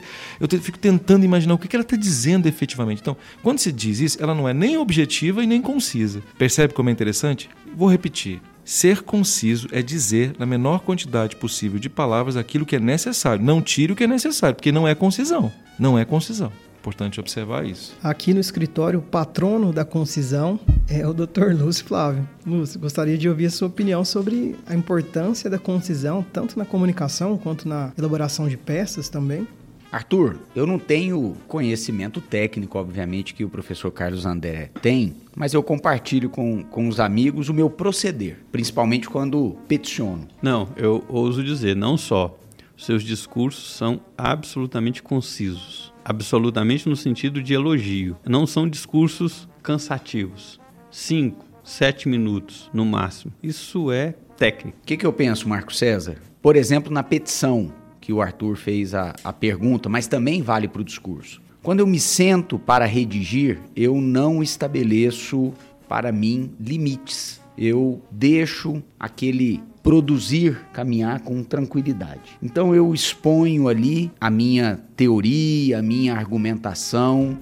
eu fico tentando imaginar o que ela está dizendo efetivamente. Então, quando se diz isso, ela não é nem objetiva e nem concisa. Percebe como é interessante? Vou repetir. Ser conciso é dizer na menor quantidade possível de palavras aquilo que é necessário. Não tire o que é necessário, porque não é concisão. Não é concisão. Importante observar isso. Aqui no escritório, o patrono da concisão é o Dr. Lúcio Flávio. Lúcio, gostaria de ouvir a sua opinião sobre a importância da concisão, tanto na comunicação quanto na elaboração de peças também. Arthur, eu não tenho conhecimento técnico, obviamente, que o professor Carlos André tem, mas eu compartilho com os amigos o meu proceder, principalmente quando peticiono. Não, eu ouso dizer, não só. Seus discursos são absolutamente concisos, absolutamente no sentido de elogio. Não são discursos cansativos. 5, 7 minutos no máximo. Isso é técnico. O que eu penso, Marco César? Por exemplo, na petição que o Arthur fez a pergunta, mas também vale para o discurso. Quando eu me sento para redigir, eu não estabeleço para mim limites. Eu deixo aquele produzir caminhar com tranquilidade. Então eu exponho ali a minha teoria, a minha argumentação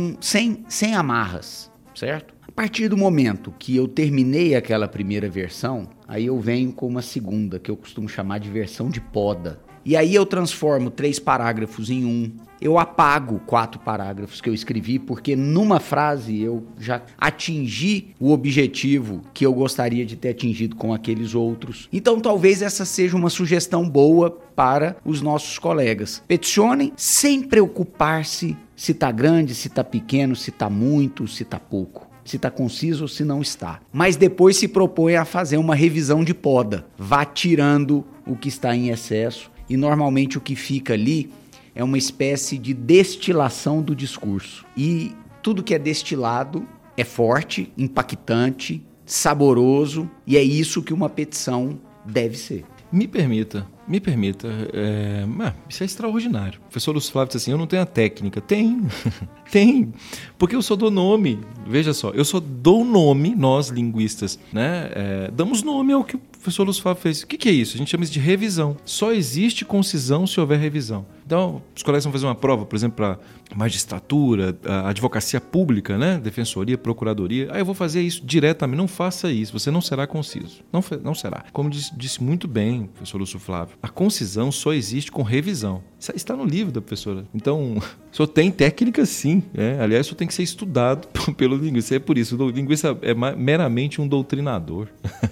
sem amarras, certo? A partir do momento que eu terminei aquela primeira versão, aí eu venho com uma segunda, que eu costumo chamar de versão de poda. E aí eu transformo 3 parágrafos em 1. Eu apago 4 parágrafos que eu escrevi, porque numa frase eu já atingi o objetivo que eu gostaria de ter atingido com aqueles outros. Então talvez essa seja uma sugestão boa para os nossos colegas. Peticionem sem preocupar-se se está grande, se está pequeno, se está muito, se está pouco. Se está conciso ou se não está. Mas depois se propõe a fazer uma revisão de poda. Vá tirando o que está em excesso. E normalmente o que fica ali é uma espécie de destilação do discurso. E tudo que é destilado é forte, impactante, saboroso, e é isso que uma petição deve ser. Me permita, isso é extraordinário. O professor Lúcio Flávio disse assim, eu não tenho a técnica. Tem, porque eu só dou nome. Veja só, eu só dou nome, nós linguistas, né? Damos nome ao que o professor Lúcio Flávio fez. O que é isso? A gente chama isso de revisão. Só existe concisão se houver revisão. Então, os colegas vão fazer uma prova, por exemplo, para magistratura, a advocacia pública, né? Defensoria, procuradoria. Eu vou fazer isso diretamente. Não faça isso, você não será conciso. Não será. Como disse muito bem o professor Lúcio Flávio, a concisão só existe com revisão. Isso está no livro da professora. Então, o senhor tem técnica sim. Aliás, o senhor tem que ser estudado pelo linguista. É por isso, o linguista é meramente um doutrinador.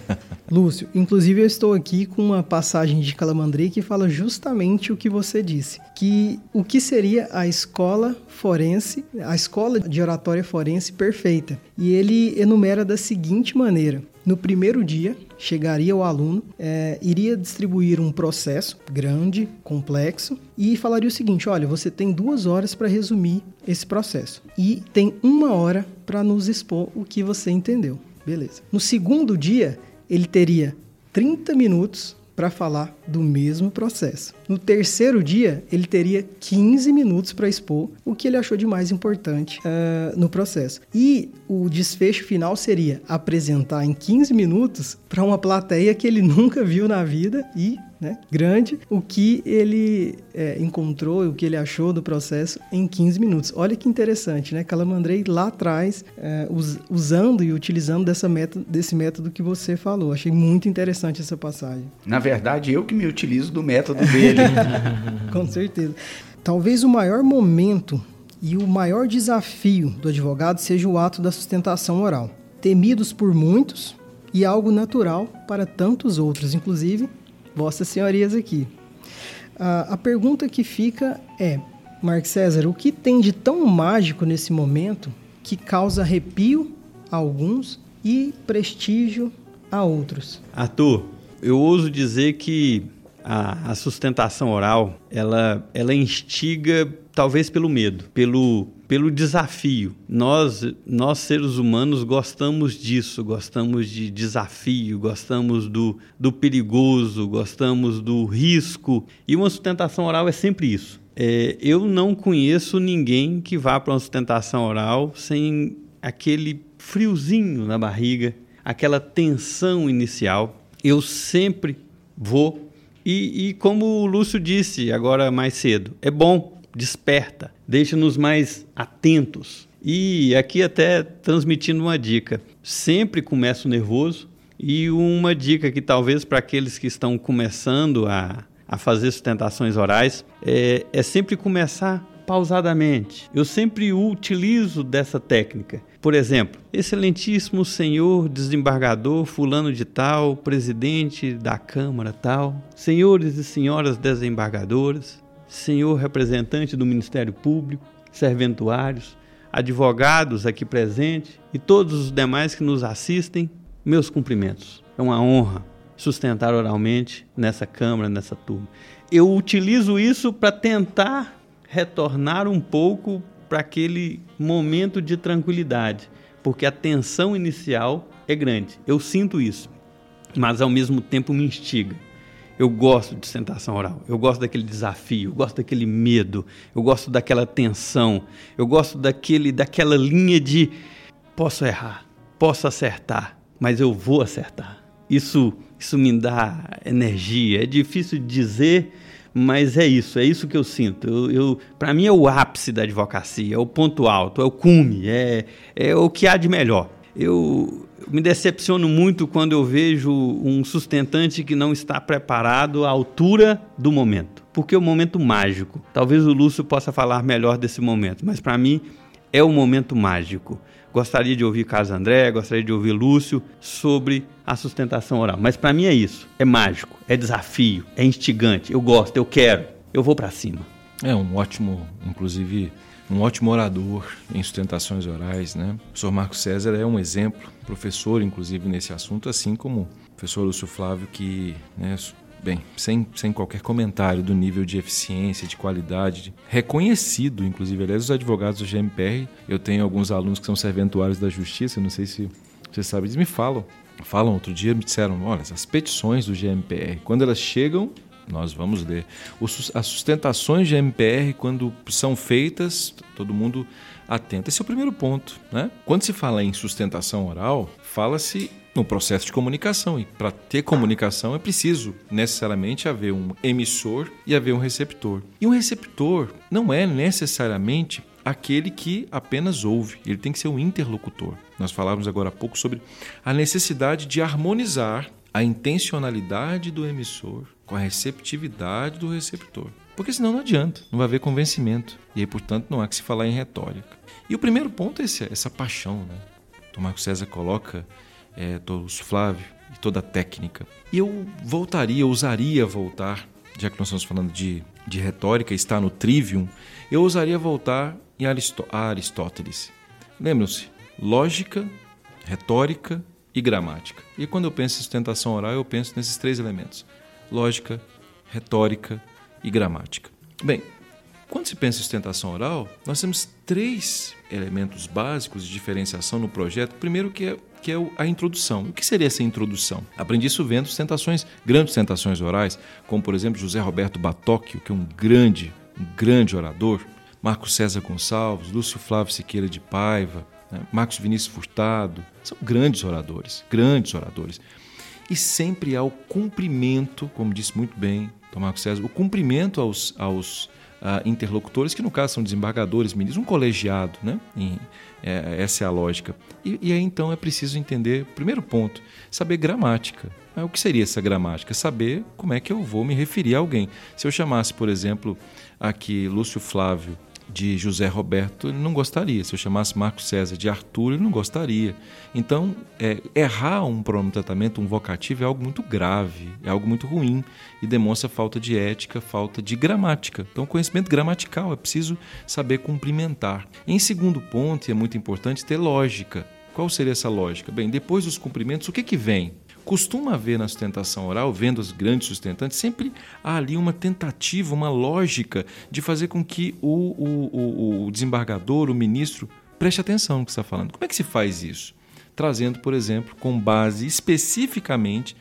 Lúcio, inclusive eu estou aqui com uma passagem de Calamandrei que fala justamente o que você disse, que o que seria a escola forense, a escola de oratória forense perfeita. E ele enumera da seguinte maneira: no primeiro dia, chegaria o aluno, iria distribuir um processo grande, complexo, e falaria o seguinte: olha, você tem 2 horas para resumir esse processo e tem 1 hora para nos expor o que você entendeu. Beleza. No segundo dia, ele teria 30 minutos para falar do mesmo processo. No terceiro dia, ele teria 15 minutos para expor o que ele achou de mais importante no processo. E o desfecho final seria apresentar em 15 minutos para uma plateia que ele nunca viu na vida e, grande, o que ele encontrou, o que ele achou do processo em 15 minutos. Olha que interessante, né? Calamandrei lá atrás, usando e utilizando desse método que você falou. Achei muito interessante essa passagem. Na verdade, eu que me utilizo do método dele. Com certeza. Talvez o maior momento e o maior desafio do advogado seja o ato da sustentação oral. Temidos por muitos e algo natural para tantos outros, inclusive Vossas Senhorias aqui. A pergunta que fica é, Marco César, o que tem de tão mágico nesse momento que causa arrepio a alguns e prestígio a outros? Arthur, eu ouso dizer que a sustentação oral, ela instiga talvez pelo medo, pelo desafio. Nós seres humanos gostamos disso, gostamos de desafio, gostamos do perigoso, gostamos do risco. E uma sustentação oral é sempre isso. Eu não conheço ninguém que vá para uma sustentação oral sem aquele friozinho na barriga, aquela tensão inicial. Eu sempre vou. E como o Lúcio disse agora mais cedo, é bom, desperta, deixa-nos mais atentos. E aqui até transmitindo uma dica, sempre começo nervoso, e uma dica que talvez para aqueles que estão começando a fazer sustentações orais, é sempre começar pausadamente. Eu sempre utilizo dessa técnica. Por exemplo, excelentíssimo senhor desembargador fulano de tal, presidente da Câmara tal, senhores e senhoras desembargadoras, senhor representante do Ministério Público, serventuários, advogados aqui presentes e todos os demais que nos assistem, meus cumprimentos. É uma honra sustentar oralmente nessa Câmara, nessa turma. Eu utilizo isso para tentar retornar um pouco para aquele momento de tranquilidade, porque a tensão inicial é grande. Eu sinto isso, mas ao mesmo tempo me instiga. Eu gosto de sustentação oral, eu gosto daquele desafio, eu gosto daquele medo, eu gosto daquela tensão, eu gosto daquela linha de posso errar, posso acertar, mas eu vou acertar. Isso me dá energia, é difícil de dizer, mas é isso que eu sinto. Para mim é o ápice da advocacia, é o ponto alto, é o cume, é o que há de melhor. Eu me decepciono muito quando eu vejo um sustentante que não está preparado à altura do momento, porque é um momento mágico. Talvez o Lúcio possa falar melhor desse momento, mas para mim é o momento mágico. Gostaria de ouvir Carlos André, gostaria de ouvir Lúcio sobre a sustentação oral. Mas para mim é isso, é mágico, é desafio, é instigante. Eu gosto, eu quero, eu vou para cima. É um ótimo orador em sustentações orais, né? O professor Marco César é um exemplo, professor inclusive nesse assunto, assim como o professor Lúcio Flávio, que bem, sem qualquer comentário do nível de eficiência, de qualidade, reconhecido, inclusive, aliás, os advogados do GMPR, eu tenho alguns alunos que são serventuários da Justiça, não sei se você sabe, eles me falam outro dia, me disseram, olha, as petições do GMPR, quando elas chegam, nós vamos ler. As sustentações de GMPR, quando são feitas, todo mundo atenta. Esse é o primeiro ponto, né? Quando se fala em sustentação oral, fala-se no processo de comunicação. E para ter comunicação é preciso necessariamente haver um emissor e haver um receptor. E um receptor não é necessariamente aquele que apenas ouve, ele tem que ser um interlocutor. Nós falávamos agora há pouco sobre a necessidade de harmonizar a intencionalidade do emissor com a receptividade do receptor. Porque senão não adianta, não vai haver convencimento. E aí, portanto, não há que se falar em retórica. E o primeiro ponto é essa paixão, né? O Marco César coloca o Flávio e toda a técnica. E eu ousaria voltar, já que nós estamos falando de retórica, está no Trivium, eu ousaria voltar a Aristóteles. Lembram-se? Lógica, retórica e gramática. E quando eu penso em sustentação oral, eu penso nesses 3 elementos. Lógica, retórica e gramática. Bem, quando se pensa em sustentação oral, nós temos 3 elementos básicos de diferenciação no projeto. Primeiro que é a introdução. O que seria essa introdução? Aprendi isso vendo grandes sustentações orais, como por exemplo José Roberto Batóquio, que é um grande orador, Marco César Gonçalves, Lúcio Flávio Siqueira de Paiva, né? Marcos Vinícius Furtado, são grandes oradores. E sempre há o cumprimento, como disse muito bem Marco César, o cumprimento aos interlocutores, que no caso são desembargadores, ministros, um colegiado, né? Essa é a lógica. E aí então é preciso entender, primeiro ponto, saber gramática. O que seria essa gramática? Saber como é que eu vou me referir a alguém. Se eu chamasse, por exemplo, aqui Lúcio Flávio de José Roberto, ele não gostaria. Se eu chamasse Marco César de Arthur, ele não gostaria. Então, errar um pronome de tratamento, um vocativo, é algo muito grave, é algo muito ruim e demonstra falta de ética, falta de gramática. Então, conhecimento gramatical, é preciso saber cumprimentar. Em segundo ponto, e é muito importante, ter lógica. Qual seria essa lógica? Bem, depois dos cumprimentos, o que vem? Costuma haver na sustentação oral, vendo os grandes sustentantes, sempre há ali uma tentativa, uma lógica de fazer com que o desembargador, o ministro, preste atenção no que está falando. Como é que se faz isso? Trazendo, por exemplo, com base especificamente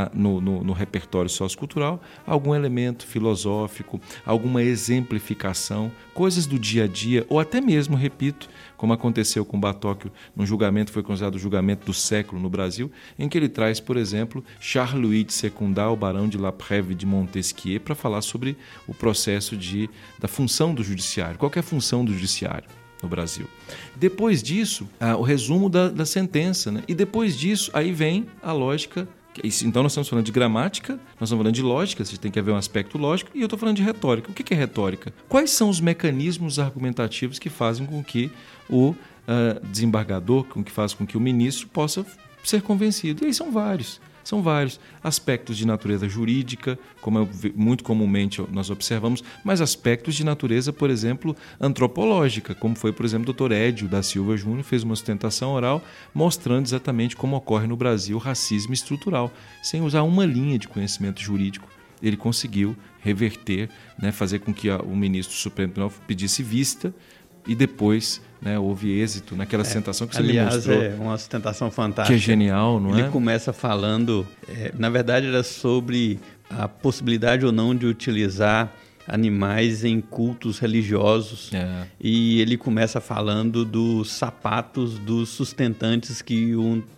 no repertório sociocultural, algum elemento filosófico, alguma exemplificação, coisas do dia a dia, ou até mesmo, repito, como aconteceu com Batóquio num julgamento que foi considerado o julgamento do século no Brasil, em que ele traz, por exemplo, Charles-Louis de Secundal, barão de La Prève de Montesquieu, para falar sobre o processo da função do judiciário. Qual que é a função do judiciário no Brasil? Depois disso, o resumo da sentença, né? E depois disso, aí vem a lógica. Então nós estamos falando de gramática, nós estamos falando de lógica, tem que haver um aspecto lógico, e eu estou falando de retórica. O que é retórica? Quais são os mecanismos argumentativos que fazem com que o desembargador, que faz com que o ministro possa ser convencido? E aí são vários aspectos de natureza jurídica, como muito comumente nós observamos, mas aspectos de natureza, por exemplo, antropológica, como foi, por exemplo, o Dr. Édio da Silva Júnior, fez uma sustentação oral mostrando exatamente como ocorre no Brasil o racismo estrutural. Sem usar uma linha de conhecimento jurídico, ele conseguiu reverter, né, fazer com que o ministro do Supremo Tribunal pedisse vista e depois, né, houve êxito naquela sustentação que você me mostrou. Aliás, é uma sustentação fantástica. Que é genial, não é? Ele começa falando, na verdade era sobre a possibilidade ou não de utilizar animais em cultos religiosos. E ele começa falando dos sapatos dos sustentantes que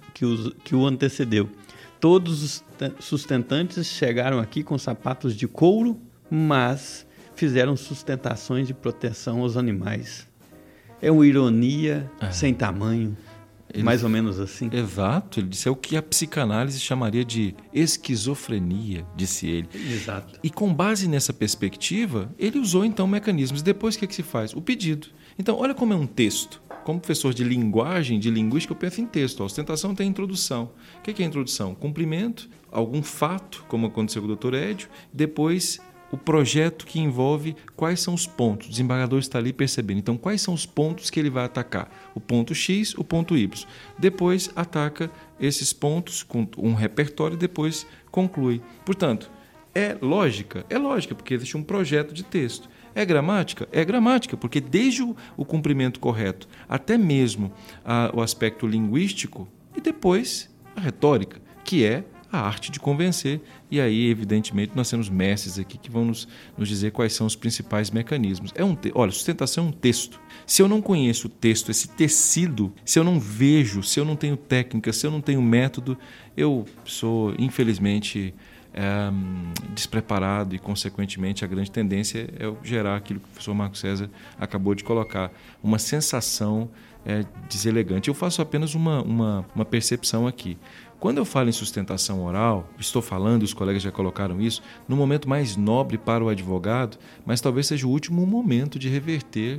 o antecedeu. Todos os sustentantes chegaram aqui com sapatos de couro, mas fizeram sustentações de proteção aos animais. É uma ironia sem tamanho, mais ou menos assim. Exato, ele disse, é o que a psicanálise chamaria de esquizofrenia, disse ele. Exato. E com base nessa perspectiva, ele usou então mecanismos. Depois o que se faz? O pedido. Então, olha como é um texto. Como professor de linguagem, de linguística, eu penso em texto. A ostentação tem introdução. O que é a introdução? Cumprimento, algum fato, como aconteceu com o Dr. Édio, depois o projeto que envolve quais são os pontos. O desembargador está ali percebendo. Então, quais são os pontos que ele vai atacar? O ponto X, o ponto Y. Depois, ataca esses pontos com um repertório e depois conclui. Portanto, É lógica? É lógica, porque existe um projeto de texto. É gramática? É gramática, porque desde o cumprimento correto até mesmo o aspecto linguístico e depois a retórica, que é a arte de convencer. E aí, evidentemente, nós temos mestres aqui que vão nos dizer quais são os principais mecanismos. Olha, sustentação é um texto. Se eu não conheço o texto, esse tecido, se eu não vejo, se eu não tenho técnica, se eu não tenho método, eu sou, infelizmente, despreparado e, consequentemente, a grande tendência é gerar aquilo que o professor Marco César acabou de colocar, uma sensação deselegante. Eu faço apenas uma percepção aqui. Quando eu falo em sustentação oral, estou falando, os colegas já colocaram isso, no momento mais nobre para o advogado, mas talvez seja o último momento de reverter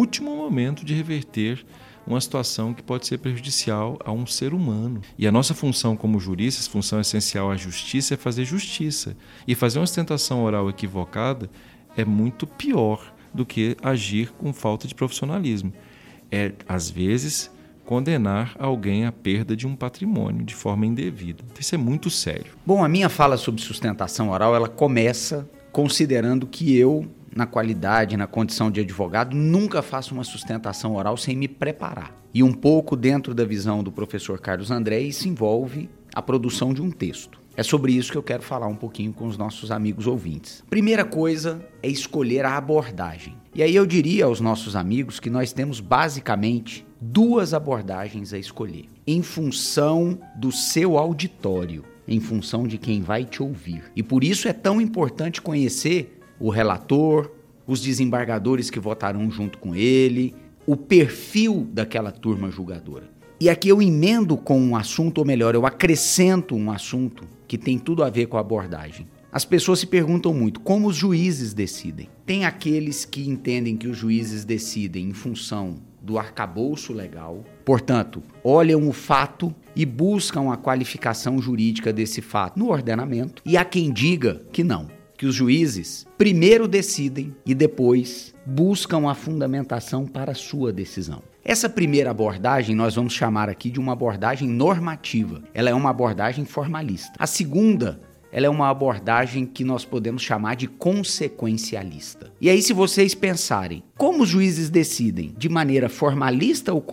uma situação que pode ser prejudicial a um ser humano. E a nossa função como juristas, função essencial à justiça, é fazer justiça. E fazer uma sustentação oral equivocada é muito pior do que agir com falta de profissionalismo. É, às vezes, condenar alguém à perda de um patrimônio de forma indevida. Isso é muito sério. Bom, a minha fala sobre sustentação oral, ela começa considerando que eu, na qualidade, na condição de advogado, nunca faço uma sustentação oral sem me preparar. E um pouco dentro da visão do professor Carlos André, isso envolve a produção de um texto. É sobre isso que eu quero falar um pouquinho com os nossos amigos ouvintes. Primeira coisa é escolher a abordagem. E aí eu diria aos nossos amigos que nós temos basicamente 2 abordagens a escolher, em função do seu auditório, em função de quem vai te ouvir. E por isso é tão importante conhecer o relator, os desembargadores que votarão junto com ele, o perfil daquela turma julgadora. E aqui eu emendo com um assunto, ou melhor, eu acrescento um assunto que tem tudo a ver com a abordagem. As pessoas se perguntam muito como os juízes decidem. Tem aqueles que entendem que os juízes decidem em função do arcabouço legal, portanto, olham o fato e buscam a qualificação jurídica desse fato no ordenamento, e há quem diga que não, que os juízes primeiro decidem e depois buscam a fundamentação para a sua decisão. Essa primeira abordagem nós vamos chamar aqui de uma abordagem normativa. Ela é uma abordagem formalista. A segunda, ela é uma abordagem que nós podemos chamar de consequencialista. E aí, se vocês pensarem, como os juízes decidem? De maneira formalista ou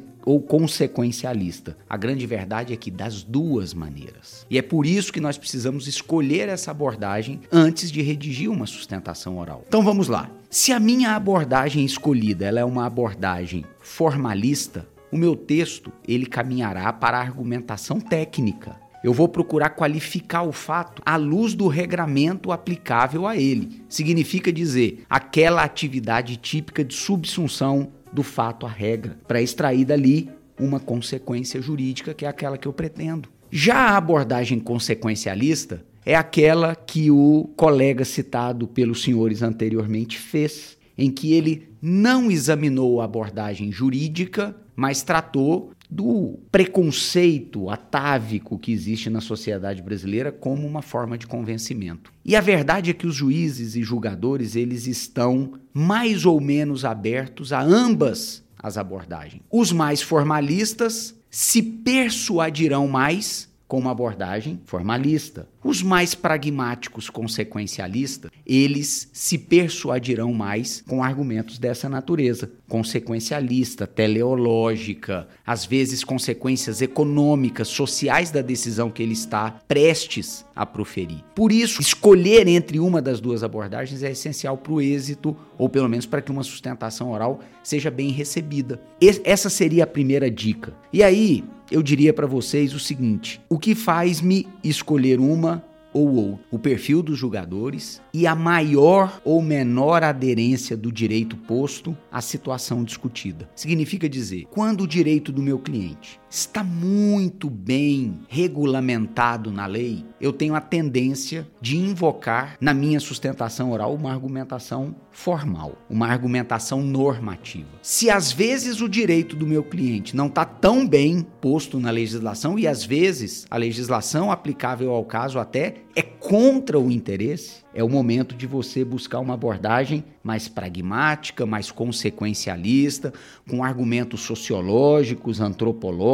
consequencialista? A grande verdade é que das 2 maneiras. E é por isso que nós precisamos escolher essa abordagem antes de redigir uma sustentação oral. Então vamos lá. Se a minha abordagem escolhida ela é uma abordagem formalista, o meu texto ele caminhará para a argumentação técnica. Eu vou procurar qualificar o fato à luz do regramento aplicável a ele. Significa dizer, aquela atividade típica de subsunção do fato à regra, para extrair dali uma consequência jurídica que é aquela que eu pretendo. Já a abordagem consequencialista é aquela que o colega citado pelos senhores anteriormente fez, em que ele não examinou a abordagem jurídica, mas tratou do preconceito atávico que existe na sociedade brasileira como uma forma de convencimento. E a verdade é que os juízes e julgadores, eles estão mais ou menos abertos a ambas as abordagens. Os mais formalistas se persuadirão mais com uma abordagem formalista. Os mais pragmáticos consequencialistas, eles se persuadirão mais com argumentos dessa natureza. Consequencialista, teleológica, às vezes consequências econômicas, sociais da decisão que ele está prestes a proferir. Por isso, escolher entre uma das 2 abordagens é essencial para o êxito, ou pelo menos para que uma sustentação oral seja bem recebida. Essa seria a primeira dica. E aí, eu diria para vocês o seguinte: o que faz-me escolher uma ou outra? O perfil dos julgadores e a maior ou menor aderência do direito posto à situação discutida. Significa dizer, quando o direito do meu cliente está muito bem regulamentado na lei, eu tenho a tendência de invocar na minha sustentação oral uma argumentação formal, uma argumentação normativa. Se às vezes o direito do meu cliente não está tão bem posto na legislação e às vezes a legislação aplicável ao caso até é contra o interesse, é o momento de você buscar uma abordagem mais pragmática, mais consequencialista, com argumentos sociológicos, antropológicos,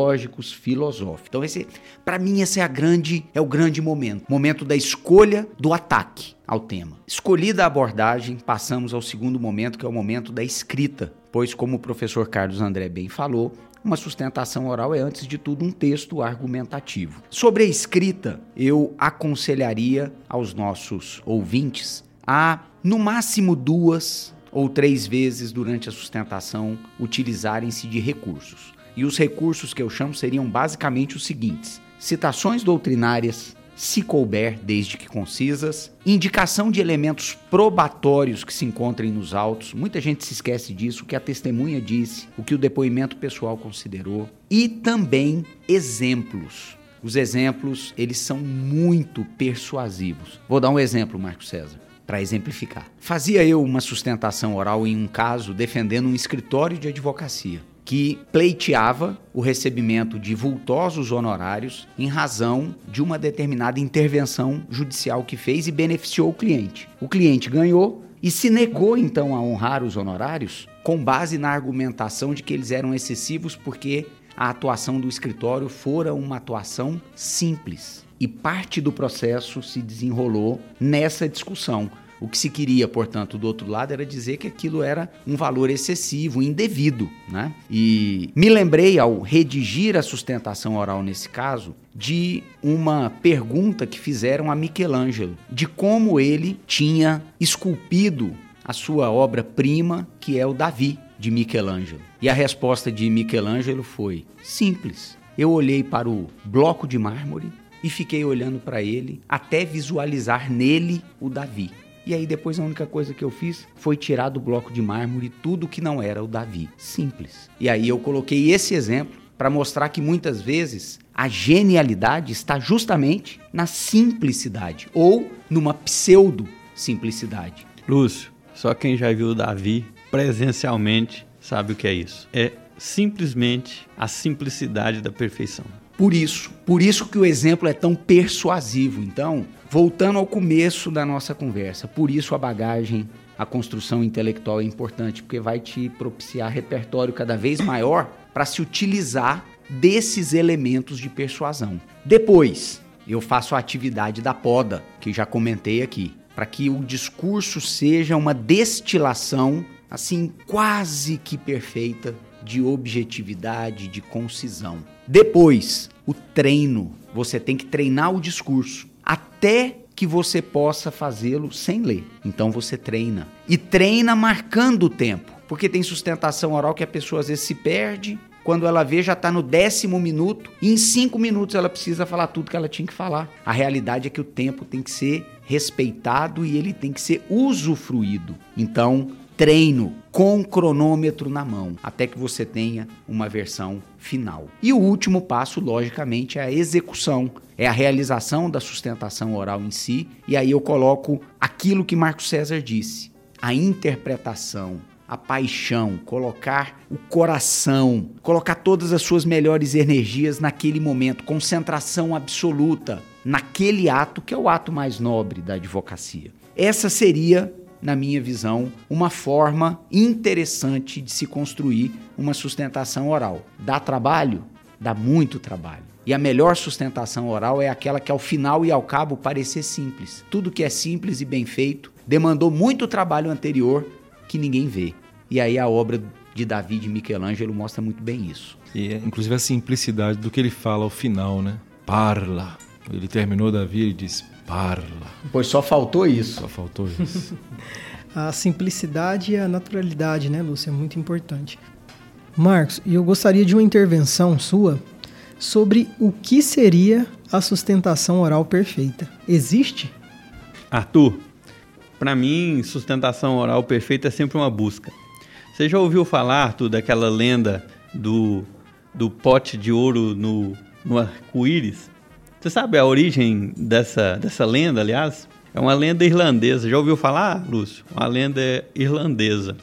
teológicos, filosóficos. Então, para mim, esse é o grande momento da escolha do ataque ao tema. Escolhida a abordagem, passamos ao segundo momento, que é o momento da escrita, pois, como o professor Carlos André bem falou, uma sustentação oral é, antes de tudo, um texto argumentativo. Sobre a escrita, eu aconselharia aos nossos ouvintes a, no máximo, 2 ou 3 vezes durante a sustentação, utilizarem-se de recursos. E os recursos que eu chamo seriam basicamente os seguintes: citações doutrinárias, se couber, desde que concisas, indicação de elementos probatórios que se encontrem nos autos, muita gente se esquece disso, o que a testemunha disse, o que o depoimento pessoal considerou, e também exemplos. Os exemplos, eles são muito persuasivos. Vou dar um exemplo, Marco César, para exemplificar. Fazia eu uma sustentação oral em um caso defendendo um escritório de advocacia que pleiteava o recebimento de vultosos honorários em razão de uma determinada intervenção judicial que fez e beneficiou o cliente. O cliente ganhou e se negou, então, a honrar os honorários com base na argumentação de que eles eram excessivos porque a atuação do escritório fora uma atuação simples. E parte do processo se desenrolou nessa discussão. O que se queria, portanto, do outro lado era dizer que aquilo era um valor excessivo, indevido, né? E me lembrei, ao redigir a sustentação oral nesse caso, de uma pergunta que fizeram a Michelangelo, de como ele tinha esculpido a sua obra-prima, que é o Davi, de Michelangelo. E a resposta de Michelangelo foi simples. Eu olhei para o bloco de mármore e fiquei olhando para ele até visualizar nele o Davi. E aí depois a única coisa que eu fiz foi tirar do bloco de mármore tudo que não era o Davi. Simples. E aí eu coloquei esse exemplo para mostrar que muitas vezes a genialidade está justamente na simplicidade ou numa pseudo-simplicidade. Lúcio, só quem já viu o Davi presencialmente sabe o que é isso. É simplesmente a simplicidade da perfeição. Por isso que o exemplo é tão persuasivo. Então, voltando ao começo da nossa conversa, por isso a bagagem, a construção intelectual é importante, porque vai te propiciar repertório cada vez maior para se utilizar desses elementos de persuasão. Depois, eu faço a atividade da poda, que já comentei aqui, para que o discurso seja uma destilação, assim, quase que perfeita, de objetividade, de concisão. Depois, o treino. Você tem que treinar o discurso até que você possa fazê-lo sem ler. Então você treina. E treina marcando o tempo. Porque tem sustentação oral que a pessoa às vezes se perde. Quando ela vê, já está no 10º minuto. E em 5 minutos ela precisa falar tudo que ela tinha que falar. A realidade é que o tempo tem que ser respeitado e ele tem que ser usufruído. Então, treino com cronômetro na mão, até que você tenha uma versão final. E o último passo, logicamente, é a execução, é a realização da sustentação oral em si, e aí eu coloco aquilo que Marco César disse, a interpretação, a paixão, colocar o coração, colocar todas as suas melhores energias naquele momento, concentração absoluta naquele ato que é o ato mais nobre da advocacia. Essa seria, na minha visão, uma forma interessante de se construir uma sustentação oral. Dá trabalho? Dá muito trabalho. E a melhor sustentação oral é aquela que ao final e ao cabo parecer simples. Tudo que é simples e bem feito demandou muito trabalho anterior que ninguém vê. E aí a obra de Davi de Michelangelo mostra muito bem isso. E inclusive a simplicidade do que ele fala ao final, né? Parla. Ele terminou Davi e disse parla. Pois só faltou isso. Só faltou isso. A simplicidade e a naturalidade, né, Lúcio? É muito importante. Marcos, eu gostaria de uma intervenção sua sobre o que seria a sustentação oral perfeita. Existe? Arthur, para mim, sustentação oral perfeita é sempre uma busca. Você já ouviu falar, Arthur, daquela lenda do pote de ouro no arco-íris? Você sabe a origem dessa lenda, aliás? É uma lenda irlandesa. Já ouviu falar, Lúcio? Uma lenda irlandesa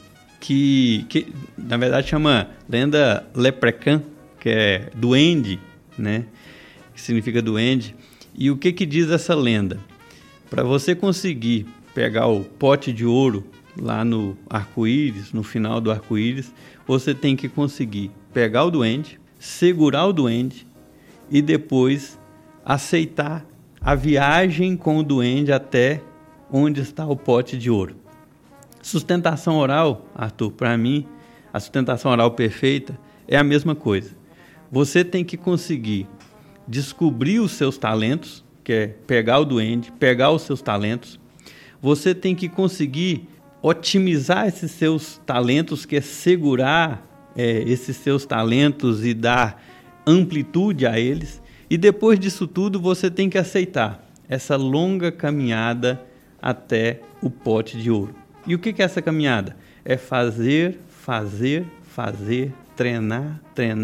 que na verdade chama lenda leprechaun, que é duende, né? Que significa duende. E o que diz essa lenda? Para você conseguir pegar o pote de ouro lá no arco-íris, no final do arco-íris, você tem que conseguir pegar o duende, segurar o duende e depois aceitar a viagem com o duende até onde está o pote de ouro. Sustentação oral, Arthur, para mim, a sustentação oral perfeita é a mesma coisa. Você tem que conseguir descobrir os seus talentos, que é pegar o duende, pegar os seus talentos. Você tem que conseguir otimizar esses seus talentos, que é segurar esses seus talentos e dar amplitude a eles. E depois disso tudo, você tem que aceitar essa longa caminhada até o pote de ouro. E o que é essa caminhada? É fazer, treinar,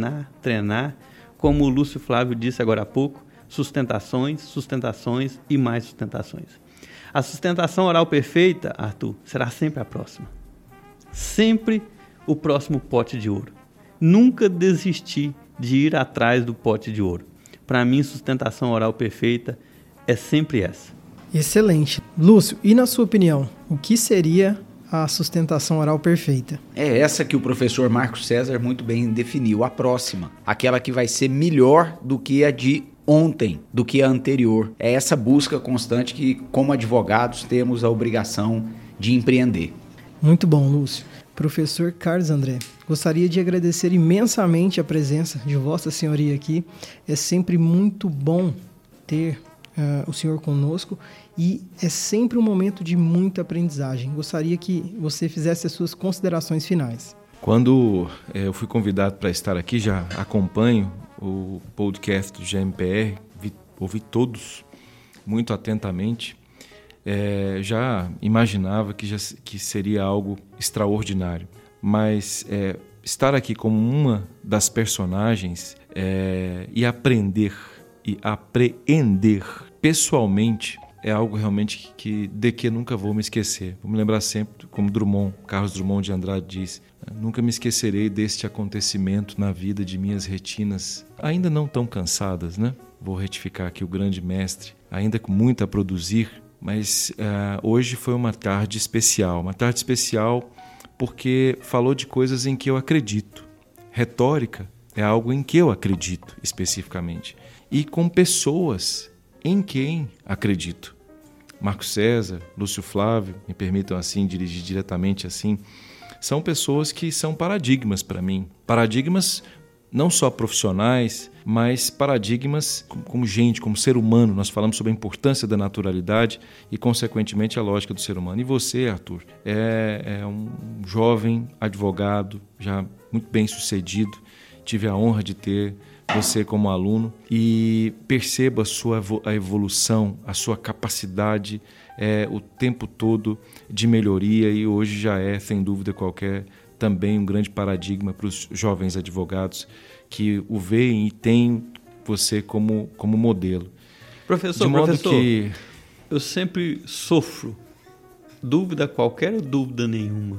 como o Lúcio Flávio disse agora há pouco, sustentações e mais sustentações. A sustentação oral perfeita, Arthur, será sempre a próxima. Sempre o próximo pote de ouro. Nunca desistir de ir atrás do pote de ouro. Para mim, sustentação oral perfeita é sempre essa. Excelente. Lúcio, e na sua opinião, o que seria a sustentação oral perfeita? É essa que o professor Marcos César muito bem definiu, a próxima. Aquela que vai ser melhor do que a de ontem, do que a anterior. É essa busca constante que, como advogados, temos a obrigação de empreender. Muito bom, Lúcio. Professor Carlos André, gostaria de agradecer imensamente a presença de Vossa Senhoria aqui. É sempre muito bom ter o senhor conosco e é sempre um momento de muita aprendizagem. Gostaria que você fizesse as suas considerações finais. Quando eu fui convidado para estar aqui, já acompanho o podcast do GMPR, ouvi todos muito atentamente. Já imaginava que seria algo extraordinário, mas estar aqui como uma das personagens e aprender e apreender pessoalmente é algo realmente de que nunca vou me esquecer. Vou me lembrar sempre, como Carlos Drummond de Andrade diz, nunca me esquecerei deste acontecimento na vida de minhas retinas, ainda não tão cansadas, né? Vou retificar aqui o grande mestre, ainda com muito a produzir, mas hoje foi uma tarde especial porque falou de coisas em que eu acredito. Retórica é algo em que eu acredito especificamente e com pessoas em quem acredito. Marcos César, Lúcio Flávio, me permitam assim dirigir diretamente assim, são pessoas que são paradigmas para mim, paradigmas não só profissionais, mas paradigmas como gente, como ser humano. Nós falamos sobre a importância da naturalidade e, consequentemente, a lógica do ser humano. E você, Arthur, é um jovem advogado, já muito bem sucedido. Tive a honra de ter você como aluno e perceba a evolução, a sua capacidade o tempo todo de melhoria e hoje já sem dúvida qualquer, também um grande paradigma para os jovens advogados que o veem e têm você como modelo. Professor, eu sempre sofro. Dúvida qualquer ou dúvida nenhuma?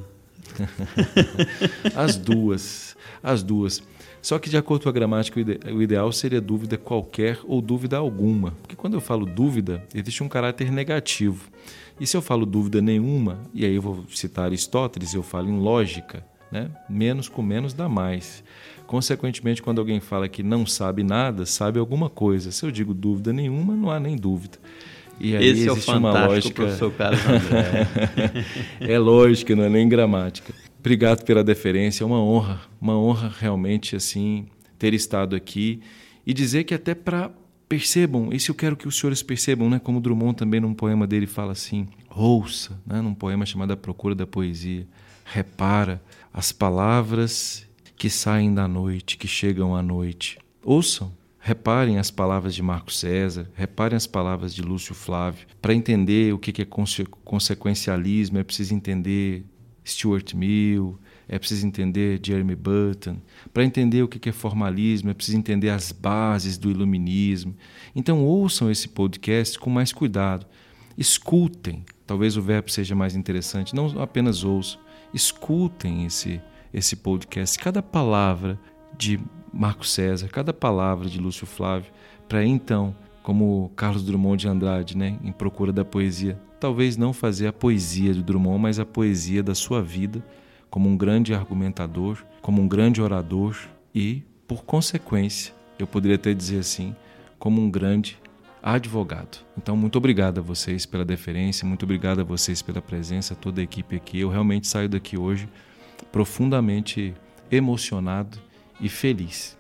As duas. Só que de acordo com a gramática, o ideal seria dúvida qualquer ou dúvida alguma. Porque quando eu falo dúvida, existe um caráter negativo. E se eu falo dúvida nenhuma, e aí eu vou citar Aristóteles, eu falo em lógica, né? Menos com menos dá mais. Consequentemente, quando alguém fala que não sabe nada, sabe alguma coisa. Se eu digo dúvida nenhuma, não há nem dúvida. E aí esse existe é o uma lógica. Professor Carlos André. É lógica, não é nem gramática. Obrigado pela deferência, é uma honra realmente assim ter estado aqui e dizer que até para percebam, isso eu quero que os senhores percebam, né? Como Drummond também num poema dele fala assim, ouça, né? Num poema chamado A Procura da Poesia, repara as palavras que saem da noite, que chegam à noite. Ouçam, reparem as palavras de Marcos César, reparem as palavras de Lúcio Flávio. Para entender o que é consequencialismo, é preciso entender Stuart Mill, é preciso entender Jeremy Burton. Para entender o que é formalismo, é preciso entender as bases do iluminismo. Então ouçam esse podcast com mais cuidado. Escutem, talvez o verbo seja mais interessante, não apenas ouçam, escutem esse podcast. Cada palavra de Marcos César, cada palavra de Lúcio Flávio, para então, como Carlos Drummond de Andrade, né, em Procura da Poesia, talvez não fazer a poesia de Drummond, mas a poesia da sua vida, como um grande argumentador, como um grande orador e, por consequência, eu poderia até dizer assim, como um grande advogado. Então, muito obrigado a vocês pela deferência, muito obrigado a vocês pela presença, toda a equipe aqui. Eu realmente saio daqui hoje profundamente emocionado e feliz.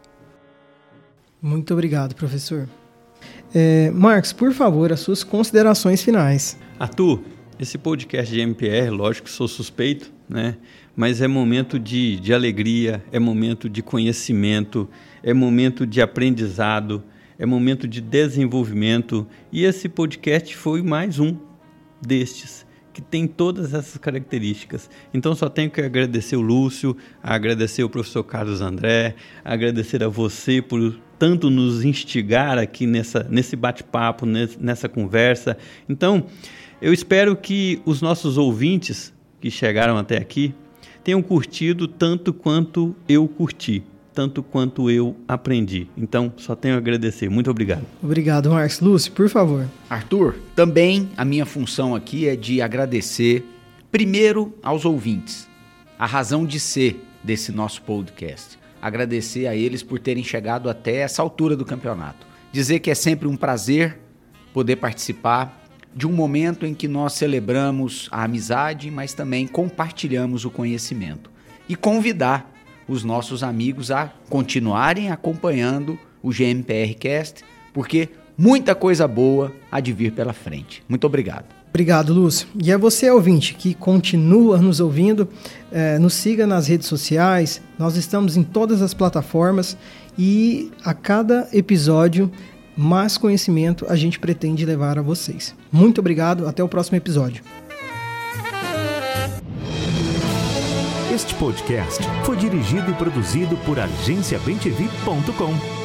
Muito obrigado, professor. Marcos, por favor, as suas considerações finais. Arthur, esse podcast de MPR, lógico que sou suspeito, né? Mas é momento de alegria, é momento de conhecimento, é momento de aprendizado, é momento de desenvolvimento. E esse podcast foi mais um destes, que tem todas essas características. Então, só tenho que agradecer o Lúcio, agradecer o professor Carlos André, agradecer a você por tanto nos instigar aqui nesse bate-papo, nessa conversa. Então, eu espero que os nossos ouvintes que chegaram até aqui tenham curtido tanto quanto eu curti, tanto quanto eu aprendi. Então, só tenho a agradecer. Muito obrigado. Obrigado, Marcos. Lúcio, por favor. Arthur, também a minha função aqui é de agradecer, primeiro, aos ouvintes, a razão de ser desse nosso podcast. Agradecer a eles por terem chegado até essa altura do campeonato. Dizer que é sempre um prazer poder participar de um momento em que nós celebramos a amizade, mas também compartilhamos o conhecimento. E convidar os nossos amigos a continuarem acompanhando o GMPRcast, porque muita coisa boa há de vir pela frente. Muito obrigado. Obrigado, Lúcio. E a você, ouvinte, que continua nos ouvindo, nos siga nas redes sociais. Nós estamos em todas as plataformas e a cada episódio, mais conhecimento a gente pretende levar a vocês. Muito obrigado, até o próximo episódio. Este podcast foi dirigido e produzido por agenciabemtv.com.